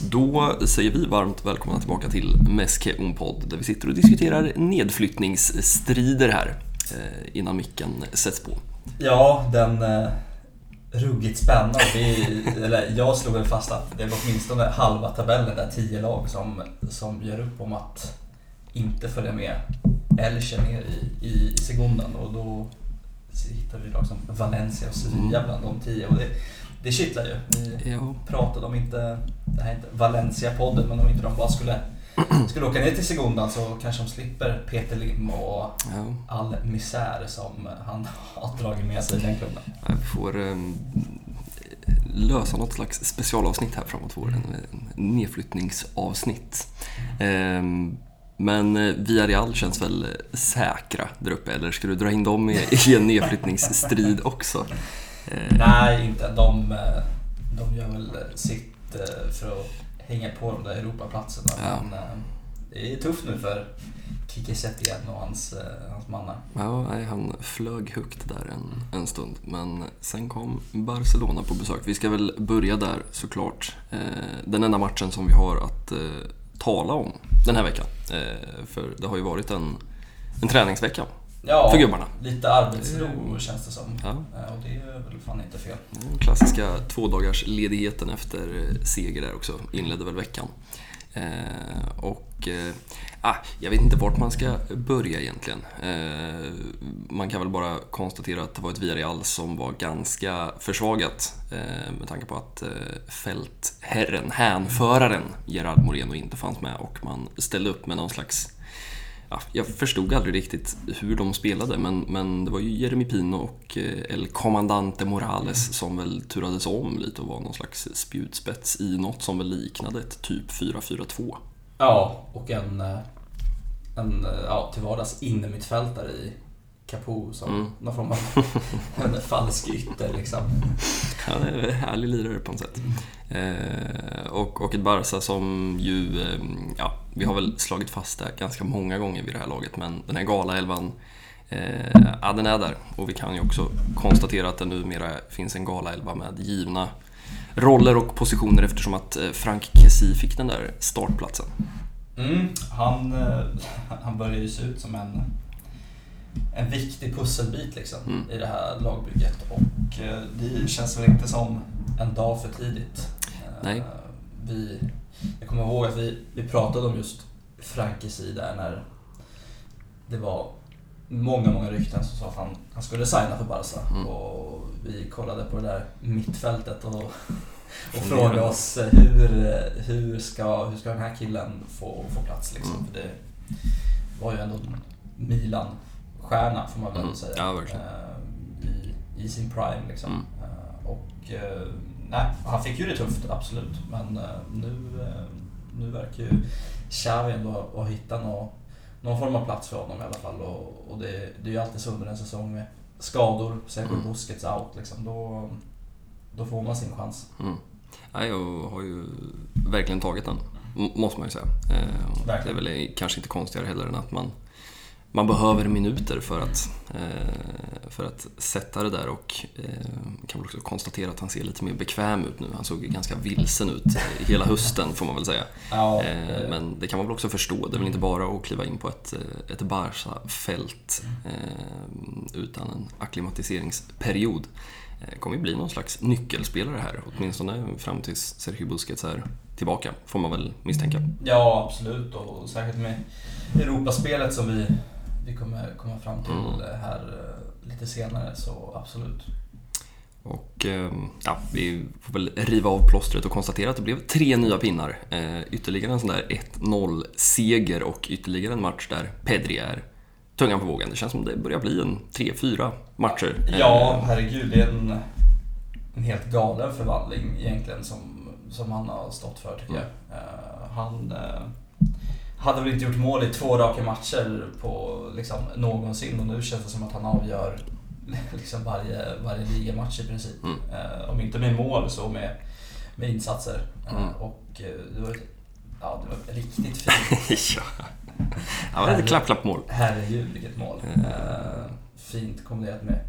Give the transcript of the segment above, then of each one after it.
Då säger vi varmt välkomna tillbaka till Meske un podd där vi sitter och diskuterar nedflyttningsstrider här innan micken sätts på. Ja, den ruggigt spännande. Jag slog väl fast att det var åtminstone halva tabellen där 10 lag som gör upp om att inte följa med Elche ner i segundan, och då hittar vi lag som Valencia och Sevilla bland de 10, och det kittlar ju. Vi pratade om det här är inte Valencia-podden, men om inte de bara skulle åka ner till segundan så kanske de slipper Peter Lim och all misär som han har dragit med sig i den klubben. Vi får lösa något slags specialavsnitt här framåt våren, nedflyttningsavsnitt. Men Villarreal känns väl säkra där uppe, eller ska du dra in dem i en nedflyttningsstrid också? Nej, inte. De gör väl sitt för att hänga på de där Europaplatserna. Ja. Men det är tufft nu för Quique Setién och hans mannar. Ja, han flög högt där en stund. Men sen kom Barcelona på besök. Vi ska väl börja där såklart. Den enda matchen som vi har att tala om den här veckan. För det har ju varit en träningsvecka. Ja, för gubbarna. Lite arbetsro känns det som. Ja. Och det är väl fan inte fel. Klassiska 2 dagars ledigheten efter seger där också inledde väl veckan. Jag vet inte vart man ska börja egentligen. Man kan väl bara konstatera att det var ett Villarreal som var ganska försvagat med tanke på att hänföraren Gerard Moreno inte fanns med, och man ställde upp med någon slags... jag förstod aldrig riktigt hur de spelade, men det var ju Jeremy Pino och El Comandante Morales som väl turades om lite och var någon slags spjutspets i något som väl liknade ett typ 4-4-2. Ja, och en till vardags innermittfältare i Capo som någon form av en falsk ytter liksom. Han är en härlig lirare på något sätt. Och ett Barca som ju, vi har väl slagit fast det ganska många gånger vid det här laget, men den här galaelvan, den är där, och vi kan ju också konstatera att det numera finns en galaelva med givna roller och positioner eftersom att Franck Kessie fick den där startplatsen. Han börjar ju se ut som en viktig pusselbit liksom, i det här lagbygget, och det känns väl inte som en dag för tidigt. Nej. Jag kommer ihåg att vi pratade om just Franck Kessie där när det var många rykten som sa att han skulle signa för Barca, och vi kollade på det där mittfältet och frågade oss hur ska den här killen få plats liksom, för det var ju ändå Milan-stjärna får man väl säga. Ja, verkligen. I sin prime liksom. Han fick ju det tufft, absolut, men nu verkar ju Xavi ändå ha hittat någon form av plats för honom i alla fall, och det är ju alltid så under en säsong med skador, särskilt Busquets out liksom, då får man sin chans. Jag har ju verkligen tagit den, måste man ju säga. Det är väl kanske inte konstigare heller än att man behöver minuter för att sätta det där, och kan väl också konstatera att han ser lite mer bekväm ut nu. Han såg ganska vilsen ut hela hösten, får man väl säga. Men det kan man väl också förstå. Det är väl inte bara att kliva in på ett Barca-fält utan en akklimatiseringsperiod. Kommer ju bli någon slags nyckelspelare här, åtminstone fram tills Sergio Busquets är tillbaka, får man väl misstänka. Ja, absolut, och särskilt med Europaspelet som vi kommer komma fram till här lite senare, så absolut. Och vi får väl riva av plåstret och konstatera att det blev 3 nya pinnar. Ytterligare en sån där 1-0-seger och ytterligare en match där Pedri är tungan på vågen. Det känns som det börjar bli en 3-4 matcher. Ja, herregud, det är en helt galen förvandling egentligen som han har stått för, tycker jag. Han hade väl inte gjort mål i 2 raka matcher på liksom någonsin, och nu känns det som att han avgör liksom varje ligamatch i princip. Om inte med mål så med insatser. Och det var riktigt fint. Ja, det var ett klapp-mål. Herregud, vilket mål. Fint kombinerat med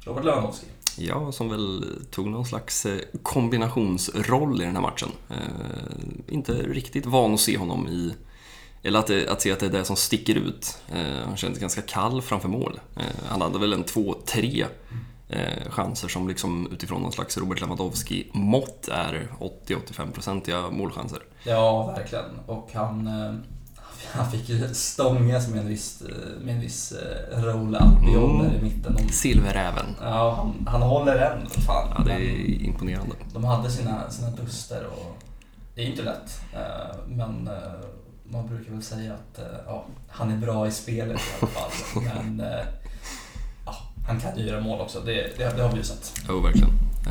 Robert Lewandowski. Ja, som väl tog någon slags kombinationsroll i den här matchen. Inte riktigt van att se honom i... Eller att se att det är det som sticker ut. Han kändes ganska kall framför mål. Han hade väl en 2-3 chanser som liksom utifrån någon slags Robert Lewandowski-mått är 80-85% målchanser. Ja, verkligen. Och han fick ju stångas med en viss Raúl Albiol där i mitten. Silveräven. Ja, han håller en. Fan. Ja, det är imponerande. De hade sina duster och det är inte lätt. Men man brukar väl säga att han är bra i spelet i alla fall. Men han kan ju göra mål också. Det har vi ju sett. Jo, verkligen.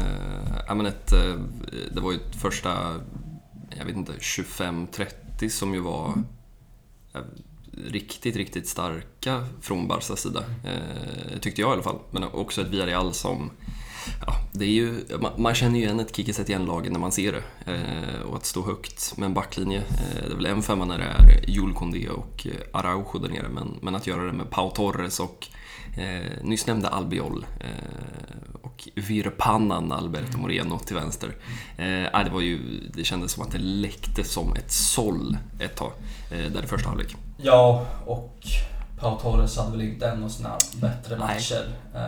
Det var ju ett första, jag vet inte, 25-30 som ju var riktigt starka från Barças sida. Tyckte jag i alla fall. Men också ett Villarreal som... Ja, det är ju, man känner ju igen ett Quique Setién-lag när man ser det. Och att stå högt med en backlinje. Det är väl en femma när det är Jules Koundé och Araujo där nere. Men att göra det med Pau Torres och nyss nämnde Albiol och virpannan Alberto Moreno till vänster. Det kändes som att det läckte som ett såll ett tag där i första halvlek. Ja, och Pau Torres hade väl inte en av sina bättre matcher.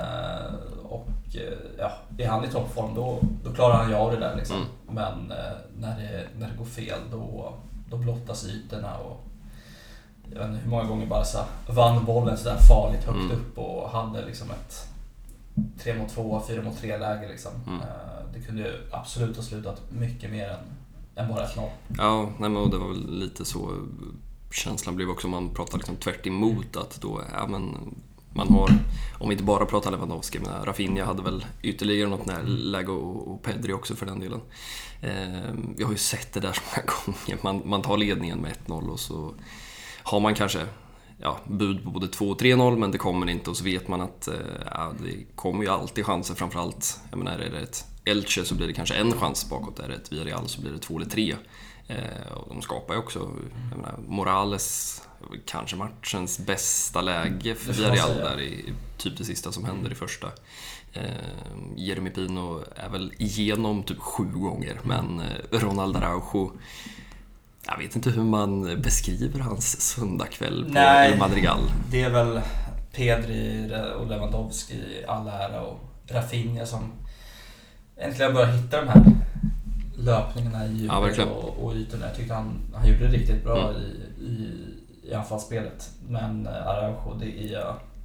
Är han i toppform då klarar han ju av det där liksom. Men när det går fel då blottas ytorna och jag vet inte hur många gånger Barca vann bollen så där farligt högt upp och hade liksom ett 3-2, 4-3 läge liksom. Det kunde ju absolut ha slutat mycket mer än bara 1-0. Ja, nej, men det var väl lite så känslan blev också, man pratar liksom tvärt emot att då, man har, om vi inte bara pratar Lewandowski, men Rafinha hade väl ytterligare något läge och Pedri också för den delen. Jag har ju sett det där så många gånger. Man tar ledningen med 1-0 och så har man kanske bud på både 2 och 3-0, men det kommer inte och så vet man att det kommer ju alltid chanser, framförallt. Jag menar, är det ett Elche så blir det kanske en chans bakåt, är det ett Villarreal så blir det 2 eller 3. Och de skapar ju också, jag menar, Morales kanske matchens bästa läge för Villarreal där i typ det sista som händer i första. Jeremy Pino är väl igenom typ 7 gånger, men Ronald Araujo, jag vet inte hur man beskriver hans söndagkväll på El Madrigal. Det är väl Pedri och Lewandowski i all ära och Rafinha som äntligen börjar hitta de här löpningarna i djupet och ytorna. Jag tyckte han gjorde det riktigt bra i anfallsspelet. Men Araujo, det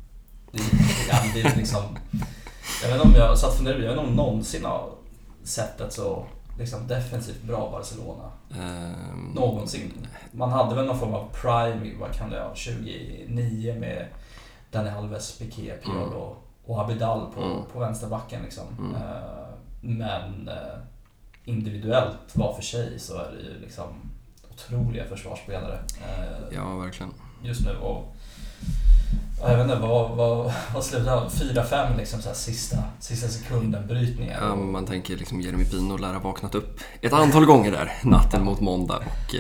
är liksom... Jag vet inte om jag satt för nu, jag vet inte om någonsin har sett ett så liksom defensivt bra Barcelona. Någonsin. Man hade väl någon form av prime, vad kan det vara, 29 med Dani Alves, Piqué, Piolo och Abidal på vänsterbacken liksom. Men individuellt var för sig så är det ju liksom otroliga försvarsspelare. Ja, verkligen. Just nu och jag vet inte vad slutar 4-5 liksom så här sista sekunden brytningar. Ja, man tänker liksom Jeremy Pino lär ha vaknat upp ett antal gånger där natten mot måndag och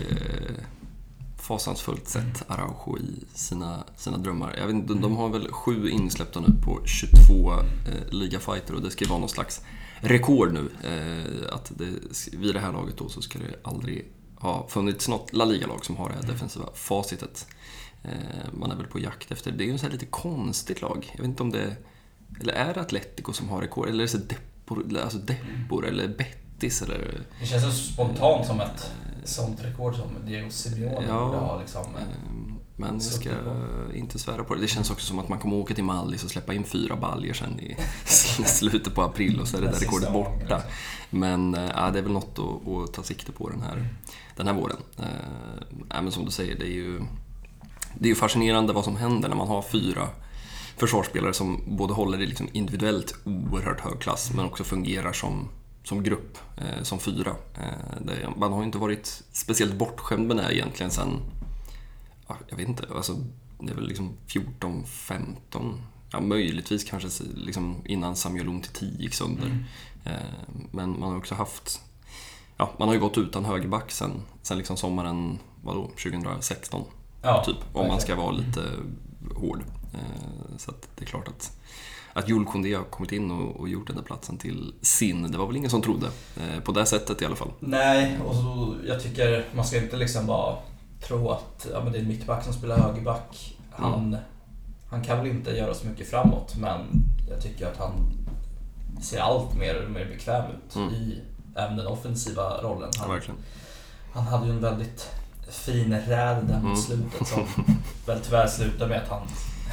fasansfullt sett Araujo i sina drömmar. Jag vet inte, de har väl 7 insläppta nu på 22 ligafighter och det ska vara någon slags rekord nu. Att vid det här laget då så ska det aldrig ha funnits något La Liga-lag som har det här defensiva facitet. Man är väl på jakt efter. Det är ju en så här lite konstigt lag. Jag vet inte om det... Eller är det Atletico som har rekord? Eller är det Depor eller Betis? Eller... Det känns så spontant som ett sånt rekord som Diego Simeone borde ha liksom. Men jag ska inte svära på det. Det känns också som att man kommer åka till Mallis och släppa in 4 baljer sen i slutet på april och så är det där rekordet borta. Men det är väl något att ta sikte på den här våren. Men som du säger, det är ju fascinerande vad som händer när man har 4 försvarsspelare som både håller i liksom individuellt oerhört hög klass men också fungerar som grupp, som 4. Man har ju inte varit speciellt bortskämd med det här egentligen sen, jag vet inte, alltså det är väl liksom 14-15, möjligtvis kanske liksom innan Samuel Umtiti gick sönder. Men man har också haft, man har ju gått utan högerback sen liksom sommaren 2016. Typ, om man ska vara lite hård. Så att det är klart att att Jules Koundé har kommit in och gjort den där platsen till sin. Det var väl ingen som trodde på det sättet i alla fall. Nej, och så, jag tycker man ska inte liksom bara tro att men det är en mittback som spelar högerback. Han kan väl inte göra så mycket framåt, men jag tycker att han ser allt mer bekväm ut i även den offensiva rollen. Han hade ju en väldigt fin räd där mot slutet som väl tyvärr slutar med att han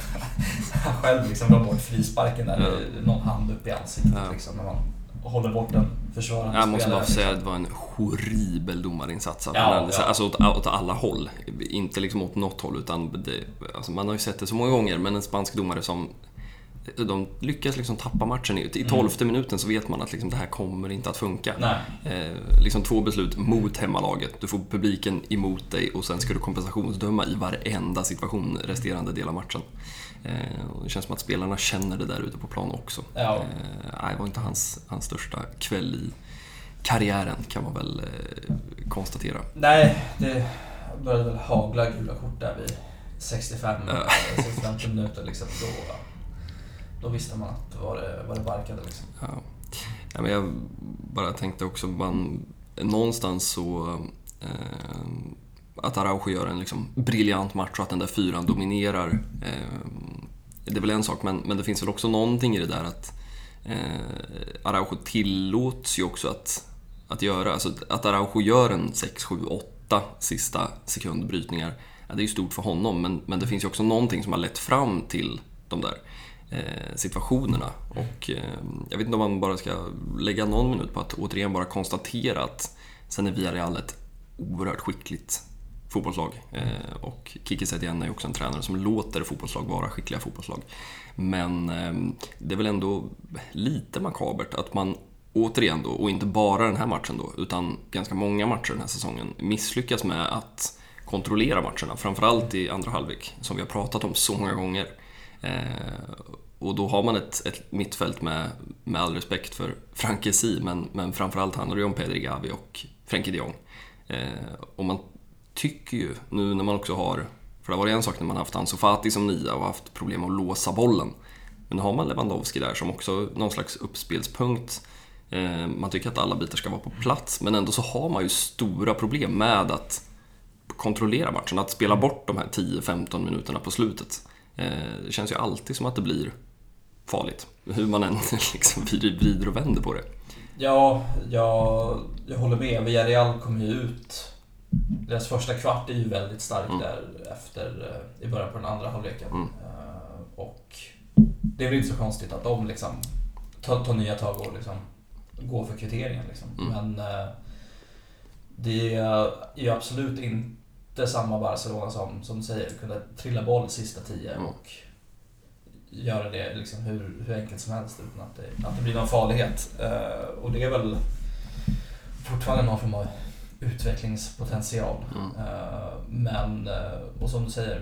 själv liksom drar bort frisparken där någon hand upp i ansiktet liksom, när man håller bort den försvarande spelaren. Jag måste bara säga att det var en horribel domarinsats. Alltså åt alla håll. Inte liksom åt något håll, utan alltså man har ju sett det så många gånger, men en spansk domare som de lyckas liksom tappa matchen i 12:e minuten, så vet man att liksom det här kommer inte att funka. Liksom 2 beslut mot hemmalaget, du får publiken emot dig och sen ska du kompensationsdöma i varenda situation resterande del av matchen. Det känns som att spelarna känner det där ute på plan också. Det var inte hans största kväll i karriären, kan man väl konstatera. Nej, det började väl hagla gula kort där vid 65 minuter liksom. Då visste man att var det barkade liksom. Ja, men jag bara tänkte också någonstans så att Araujo gör en liksom briljant match och att den där 4 dominerar, det är väl en sak, men det finns väl också någonting i det där att Araujo tillåts ju också att göra, alltså att Araujo gör en 6, 7, 8 sista sekundbrytningar, det är ju stort för honom, men det finns ju också någonting som har lett fram till de där situationerna, och jag vet inte om man bara ska lägga någon minut på att återigen bara konstatera att sen är Villarreal ett oerhört skickligt fotbollslag, och Quique Setién är ju också en tränare som låter fotbollslag vara skickliga fotbollslag, men det är väl ändå lite makabert att man återigen då, och inte bara den här matchen då, utan ganska många matcher den här säsongen, misslyckas med att kontrollera matcherna, framförallt i andra halvlek, som vi har pratat om så många gånger. Och då har man ett mittfält med all respekt för Franck Kessie, men framförallt handlar det om Pedri Gavi och Frenkie de Jong. Och man tycker ju nu när man också har, för det var en sak när man haft Ansu Fati som 9 och haft problem att låsa bollen, men nu har man Lewandowski där som också någon slags uppspelspunkt. Man tycker att alla bitar ska vara på plats, men ändå så har man ju stora problem med att kontrollera matchen, att spela bort de här 10-15 minuterna på slutet. Det känns ju alltid som att det blir farligt, hur man än liksom vrider och vänder på det. Ja, jag håller med. Villarreal kommer ju ut. Deras första kvart är ju väldigt stark där efter i början på den andra halvleken. Och det är väl inte så konstigt att de liksom tar nya tag och liksom går för kvitteringen liksom. Men det är ju absolut inte samma Barcelona som säger, kunde trilla boll sista 10 och göra det liksom hur enkelt som helst utan att det blir någon farlighet. Och det är väl fortfarande någon form av utvecklingspotential. Men, och som du säger,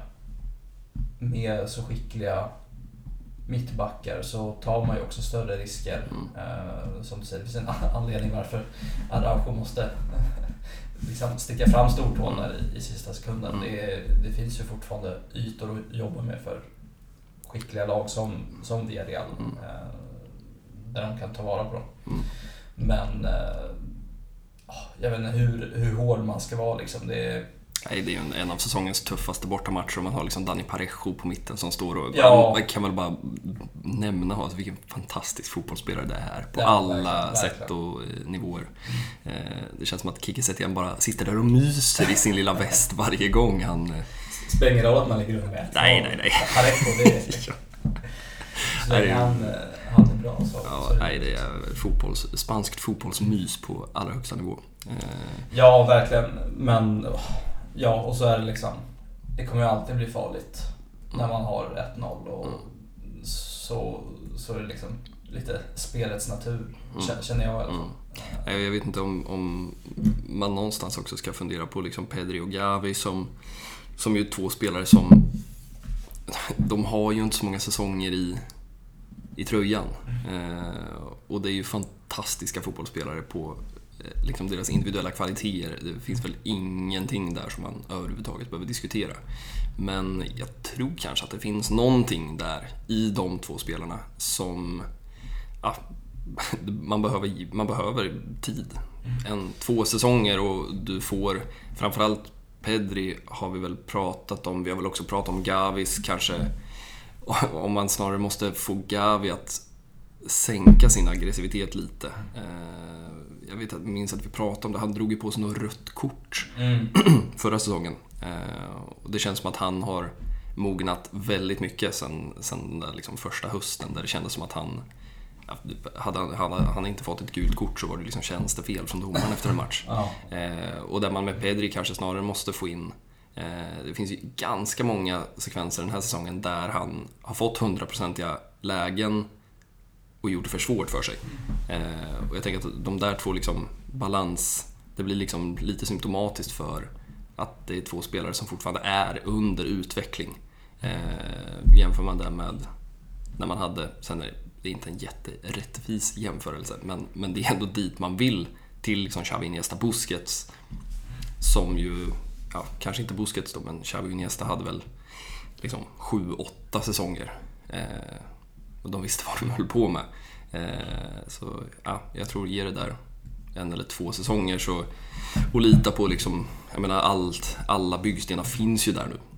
med så skickliga mittbackar så tar man ju också större risker. Som du säger, det finns en anledning varför Araujo måste liksom sticka fram stortån i sista sekunden. Det finns ju fortfarande ytor att jobba med för skickliga lag som Villarreal, där de kan ta vara på dem. Men jag vet inte hur hård man ska vara liksom. Det är ju en av säsongens tuffaste bortamatcher. Man har liksom Dani Parejo på mitten som står och man kan väl bara nämna alltså, vilken fantastisk fotbollsspelare det är på alla sätt och nivåer. Det känns som att Quique Setién bara sitter där och myser i sin lilla väst varje gång han spelar roll att man ligger under med. Nej. Parejo, det är han är bra så. Nej, det är spanskt fotbollsmys på allra högsta nivå. Ja, verkligen. Men ja, och så är det liksom, det kommer ju alltid bli farligt när man har 1-0 och så är det liksom lite spelets natur, känner jag i alla fall. Jag vet inte om man någonstans också ska fundera på liksom Pedri och Gavi som ju är 2 spelare som de har ju inte så många säsonger i tröjan. Och det är ju fantastiska fotbollsspelare på liksom deras individuella kvaliteter. Det finns väl ingenting där som man överhuvudtaget behöver diskutera. Men jag tror kanske att det finns någonting där i de två spelarna som man behöver tid. 2 säsonger och du får, framförallt Pedri har vi väl pratat om, vi har väl också pratat om Gavis kanske, om man snarare måste få Gavi att sänka sin aggressivitet lite. Jag minns att vi pratade om det, han drog ju på sig något rött kort förra säsongen. Och det känns som att han har mognat väldigt mycket sen där liksom första hösten, där det kändes som att hade han inte fått ett gult kort så var det liksom tjänstefel från domaren efter en match. Och där man med Pedri kanske snarare måste få in, det finns ju ganska många sekvenser den här säsongen där han har fått 100% lägen och gjort det för svårt för sig. Och jag tänker att de där två liksom balans, det blir liksom lite symptomatiskt för att det är 2 spelare som fortfarande är under utveckling. Jämför man det med när man hade, sen är det inte en jätterättvis jämförelse, men det är ändå dit man vill, till liksom Xavi, Iniesta, Busquets, som ju, kanske inte Busquets då, men Xavi och Iniesta hade väl liksom 7-8 säsonger. Och de visste vad de höll på med. Så jag tror ge det där 1 eller 2 säsonger så, och lita på liksom, jag menar alla byggstenar finns ju där nu.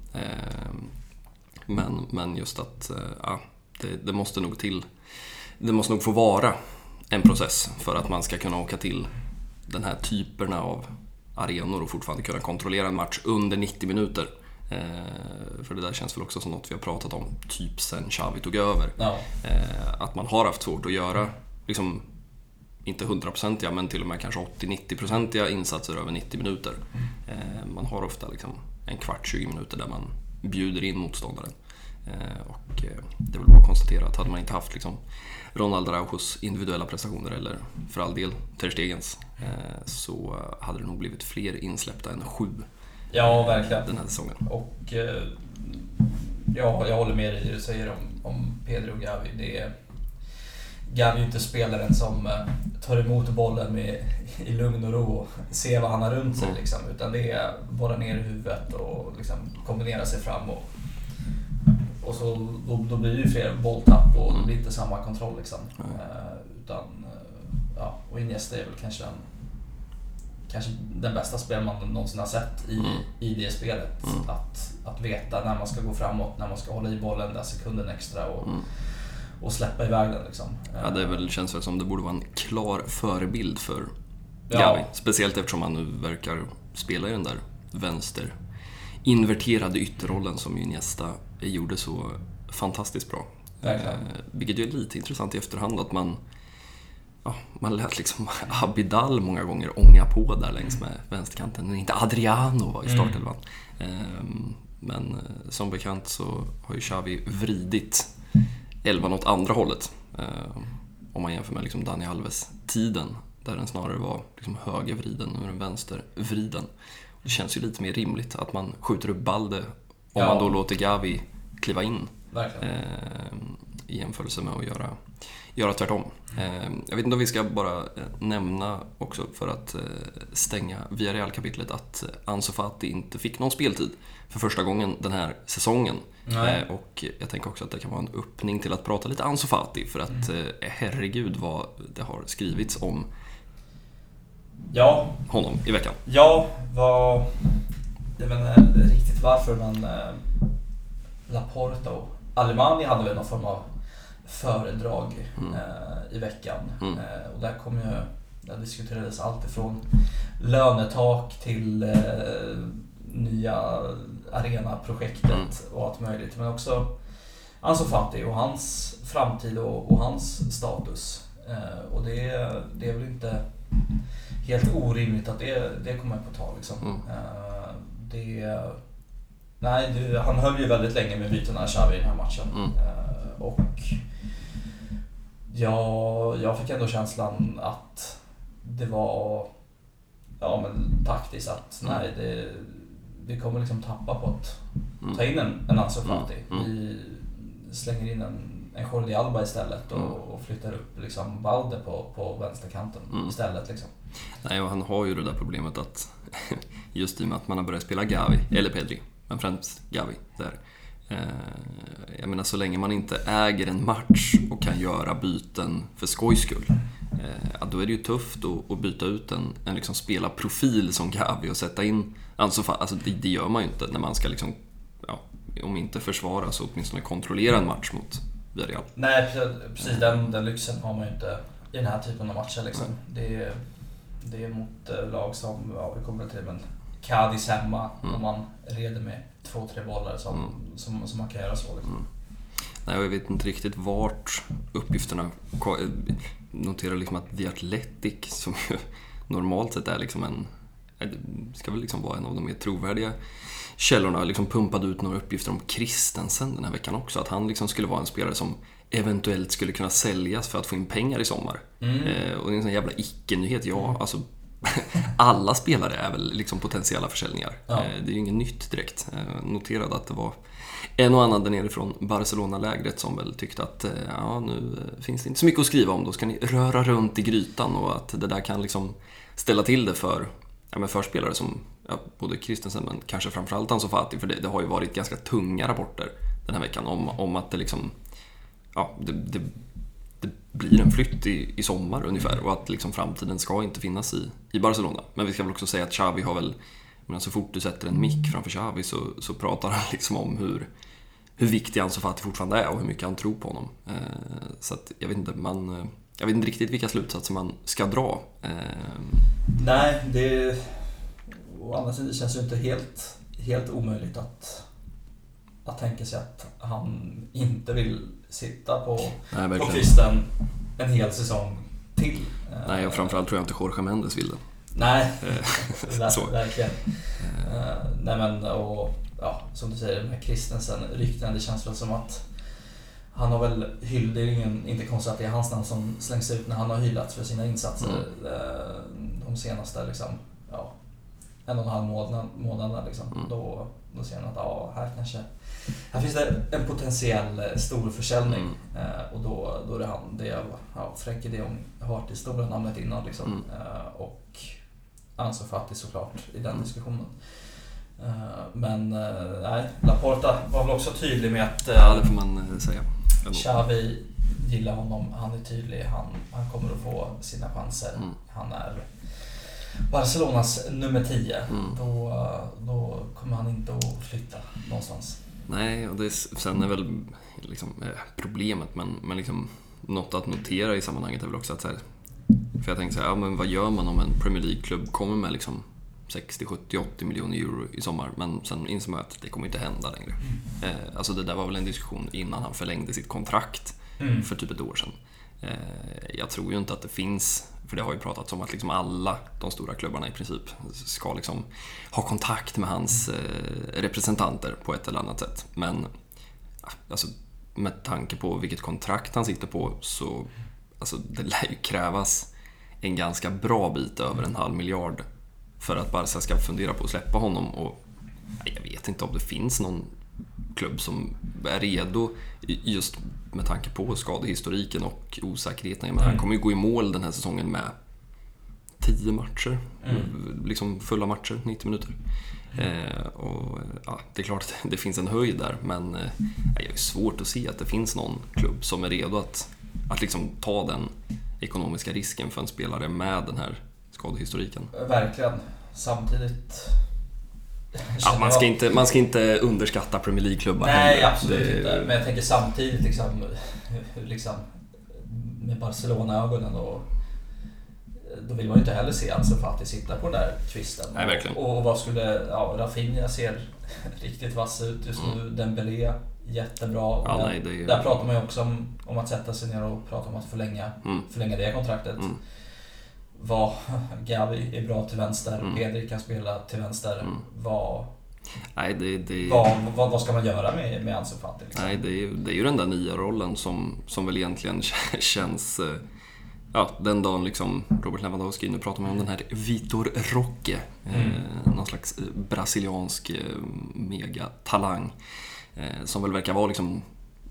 Men just att det måste nog till, det måste nog få vara en process för att man ska kunna åka till den här typerna av arenor och fortfarande kunna kontrollera en match under 90 minuter. För det där känns väl också som något vi har pratat om typ sen Xavi tog över. Att man har haft svårt att göra liksom, inte 100%, men till och med kanske 80-90% insatser över 90 minuter. Man har ofta liksom en kvart, 20 minuter där man bjuder in motståndaren. Och det är väl bara att konstatera att hade man inte haft liksom Ronald Araujos individuella prestationer, eller för all del Ter Stegens, så hade det nog blivit fler insläppta än 7. Ja, verkligen. Den här säsongen. Och jag håller med dig i det du säger om Pedro och Gavi. Gavi är ju inte spelaren som tar emot bollen i lugn och ro och ser vad han har runt sig liksom, utan det är bara ner i huvudet och liksom kombinera sig fram och så då blir det ju fler bolltapp och det blir inte samma kontroll liksom. Och Iniesta är väl kanske den bästa spelaren man någonsin har sett i det spelet. Att veta när man ska gå framåt, när man ska hålla i bollen där sekunden extra och släppa iväg den liksom. Känns väl som det borde vara en klar förebild för Gavi. Speciellt eftersom han nu verkar spela i den där vänster inverterade ytterrollen som Iniesta gjorde så fantastiskt bra. Vilket ju är lite intressant i efterhand att man lät liksom Abidal många gånger ånga på där längs med vänsterkanten, men inte Adriano var i startelvan. Men som bekant så har ju Xavi vridit 11 åt andra hållet. Om man jämför med liksom Dani Alves-tiden, där den snarare var liksom högervriden ur den vänstervriden. Det känns ju lite mer rimligt att man skjuter upp Balde om man då låter Gavi kliva in. I jämförelse med att göra tvärtom. Jag vet inte om vi ska bara nämna också, för att stänga Villarreal-kapitlet, att Ansu Fati inte fick någon speltid för första gången den här säsongen. Och jag tänker också att det kan vara en öppning till att prata lite Ansu Fati, för att herregud vad det har skrivits om honom i veckan. Jag vet inte riktigt varför, men Laporta och Alemani hade väl någon form av föredrag i veckan. Och där diskuterades allt ifrån lönetak till nya arenaprojektet och allt möjligt, men också Ansu Fati och hans framtid och hans status. Och det är väl inte helt orimligt att det kommer på tal liksom. Han höll ju väldigt länge med bytena Xavi i den här matchen. Och jag fick ändå känslan att det var taktiskt att vi kommer liksom tappa på att ta in en Ansu Fati. Vi slänger in en en Jordi Alba istället och flyttar upp liksom Balde på vänsterkanten istället liksom. Nej, och han har ju det där problemet att just i och med att man har börjat spela Gavi eller Pedri, men främst Gavi där. Jag menar, så länge man inte äger en match och kan göra byten för skojs skull, då är det ju tufft att byta ut en liksom spelarprofil som Gavi och sätta in alltså det gör man ju inte när man ska liksom, om inte försvara så åtminstone kontrollera en match mot Villarreal. Nej, precis den lyxen har man ju inte i den här typen av matcher liksom. Det är mot lag som, vi kommer till, men Cadiz hemma om man reder med 2-3 bollar som man kan göra så liksom. Nej, jag vet inte riktigt vart uppgifterna noterar liksom att The Athletic, som ju normalt sett är liksom ska väl liksom vara en av de mer trovärdiga källorna, liksom pumpade ut några uppgifter om Christensen den här veckan också, att han liksom skulle vara en spelare som eventuellt skulle kunna säljas för att få in pengar i sommar. Och det är en sån jävla icke-nyhet. Alltså alla spelare är väl liksom potentiella försäljningar. Det är ju inget nytt direkt. Noterade att det var en och annan där nere från Barcelona-lägret som väl tyckte att nu finns det inte så mycket att skriva om, då ska ni röra runt i grytan, och att det där kan liksom ställa till det för spelare som både Christensen men kanske framförallt Ansu Fati, för det har ju varit ganska tunga rapporter den här veckan om att det liksom det blir en flytt i sommar ungefär, och att liksom framtiden ska inte finnas i Barcelona. Men vi ska väl också säga att Xavi har väl, så fort du sätter en mick framför Xavi så pratar han liksom om hur viktig Ansu Fati fortfarande är och hur mycket han tror på honom. Så att jag vet inte riktigt vilka slutsatser man ska dra. Nej, det å andra sidan känns ju inte helt omöjligt att tänka sig att han inte vill sitta på kvisten en hel säsong till. Nej, och framförallt tror jag inte Jorge Mendes vill det. Nej, verkligen. Nej, men som du säger med Christensen, rykten, det känns väl som att han har väl inte konstigt att det är hans namn som slängs ut när han har hyllats för sina insatser de senaste liksom, 1,5 månaderna liksom. Då ser man att här finns det en potentiell stor försäljning, och då är det han. Frenkie de Jong har varit det stora namnet innan liksom. Och Ansu Fati såklart i den diskussionen. Men Laporta var väl också tydlig med att det får man säga. Xavi gillar honom, han är tydlig, han kommer att få sina chanser. Han är Barcelonas nummer 10. Då kommer han inte att flytta någonstans. Nej, och sen är väl liksom problemet, men liksom något att notera i sammanhanget är väl också att så här, för jag tänkte så här, men vad gör man om en Premier League-klubb kommer med liksom 60, 70, 80 miljoner euro i sommar, men sen inser man att det kommer inte hända längre. Alltså det där var väl en diskussion innan han förlängde sitt kontrakt för typ ett år sedan. Jag tror ju inte att det finns, för det har ju pratats om att liksom alla de stora klubbarna i princip ska liksom ha kontakt med hans representanter på ett eller annat sätt. Men alltså, med tanke på vilket kontrakt han sitter på, så alltså, det lär ju krävas en ganska bra bit över 500 miljoner för att Barca ska fundera på att släppa honom. Och jag vet inte om det finns någon klubb som är redo, just med tanke på skadehistoriken och osäkerheten. Men han kommer ju gå i mål den här säsongen med 10 matcher, liksom fulla matcher, 90 minuter. Och det är klart att det finns en höjd där, men det är svårt att se att det finns någon klubb som är redo att liksom ta den ekonomiska risken för en spelare med den här skadehistoriken. Verkligen. Samtidigt man ska inte underskatta Premier League-klubbar. Nej, absolut inte. Men jag tänker samtidigt liksom med Barcelona-ögonen, då vill man ju inte heller se Ansu Fati sitta på den där kvisten. Nej, verkligen. Och vad skulle Rafinha ser riktigt vass ut just nu. Dembélé jättebra. Där pratar man ju också om att sätta sig ner och prata om att förlänga det kontraktet. Vad Gavi är bra till vänster, Pedri kan spela till vänster. Vad ska man göra med Ansu Fati? Liksom? Nej, det är ju den där nya rollen som väl egentligen känns den dagen liksom Robert Lewandowski, nu pratar man om den här Vitor Roque, någon slags brasiliansk megatalang som väl verkar vara liksom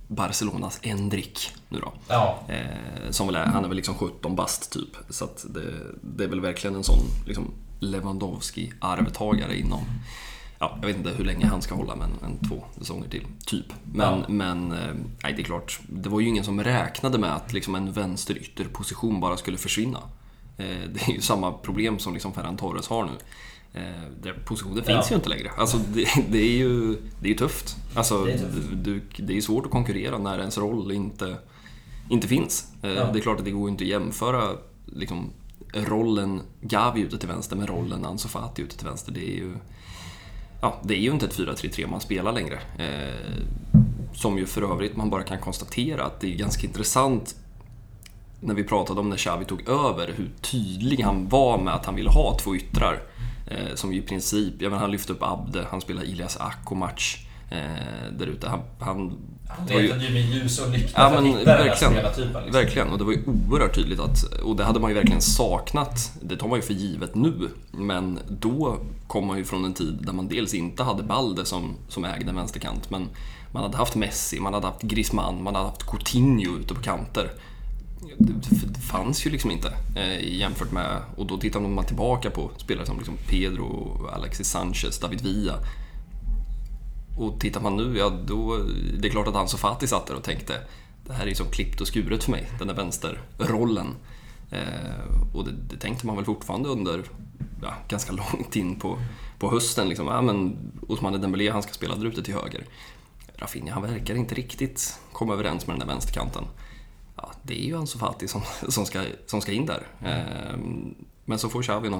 Barcelonas Endrick nu då. Ja. Som väl han är väl liksom 17 bast typ. Så att det är väl verkligen en sån liksom Lewandowski-arvtagare inom, jag vet inte hur länge han ska hålla, men 2 säsonger till typ. Men nej, det är klart, det var ju ingen som räknade med att liksom en vänsterytterposition bara skulle försvinna. Det är ju samma problem som liksom Ferran Torres har nu. Positionen finns ju inte längre. Alltså det är ju tufft. Alltså det är ju svårt att konkurrera när ens roll inte finns. Det är klart att det går inte att jämföra liksom rollen Gavi ute till vänster med rollen Ansu Fati ute till vänster. Det är ju inte ett 4-3-3 man spelar längre. Som ju för övrigt man bara kan konstatera att det är ganska intressant när vi pratade om när Xavi tog över, hur tydlig han var med att han ville ha 2 yttrar. Som ju i princip, han lyfte upp Abde, han spelade Ilias Akko-match där ute. Han letade ju med ljus och lykta för att hitta den här spelartypen. Liksom. Verkligen, och det var ju oerhört tydligt och det hade man ju verkligen saknat. Det tar man ju för givet nu, men då kom man ju från en tid där man dels inte hade Balde som ägde vänsterkant, men man hade haft Messi, man hade haft Griezmann, man hade haft Coutinho ute på kanter. Det fanns ju liksom inte jämfört med, och då tittar man tillbaka på spelare som liksom Pedro, Alexis Sanchez, David Villa, och tittar man nu, då det är klart att Ansu Fati satt där och tänkte, det här är ju som klippt och skuret för mig, den där vänsterrollen, och det tänkte man väl fortfarande under ganska långt in på hösten liksom. Men Ousmane Dembélé, han ska spela där ute till höger. Rafinha, han verkar inte riktigt komma överens med den där vänsterkanten. Det är ju Ansu Fati som ska in där. Men så får Xavi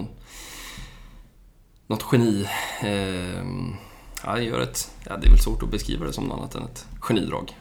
något geni. Gör det är väl svårt att beskriva det som något annat än ett genidrag.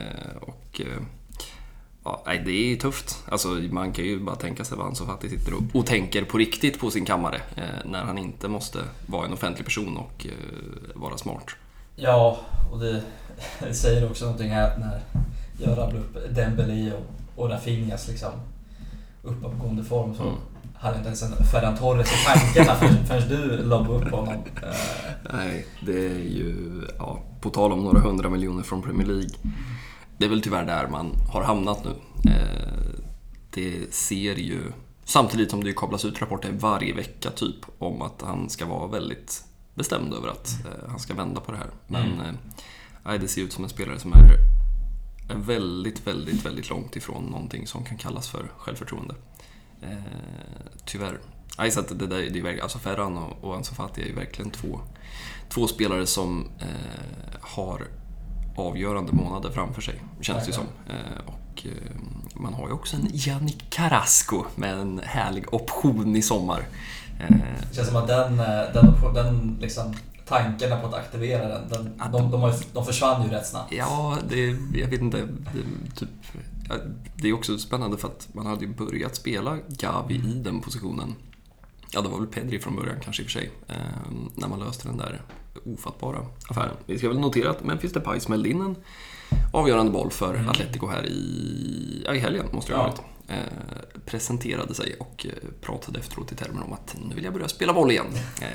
Det är tufft. Alltså, man kan ju bara tänka sig vad Ansu Fati sitter och tänker på riktigt på sin kammare när han inte måste vara en offentlig person och vara smart. Ja, och det säger också någonting här när jag rabblar upp Dembélé och Rafinhas liksom uppåtgående form, så hade inte ens en Ferran Torres i tankarna förrän du lobbade upp honom. Nej, det är ju på tal om några 100 miljoner från Premier League. Det är väl tyvärr där man har hamnat nu. Det ser ju, samtidigt som det kablas ut rapporter varje vecka typ om att han ska vara väldigt bestämd över att han ska vända på det här. Men det ser ut som en spelare som är väldigt, väldigt, väldigt långt ifrån någonting som kan kallas för självförtroende. Tyvärr. Så att det är alltså Ferran och Ansu Fati är ju verkligen två spelare som har avgörande månader framför sig, känns det som. Och man har ju också en Yannick Carrasco med en härlig option i sommar. Det känns som att den liksom, tankarna på att aktivera de försvann ju rätt snabbt. Ja, jag vet inte. Det är också spännande för att man hade ju börjat spela Gavi i den positionen. Ja, det var väl Pedri från början kanske i och för sig, när man löste den där ofattbara affären. Vi ska väl notera att Memphis Depay smällde in en avgörande boll för Atletico här i helgen, måste jag ha varit. Presenterade sig och pratade efteråt i termer om att nu vill jag börja spela boll igen.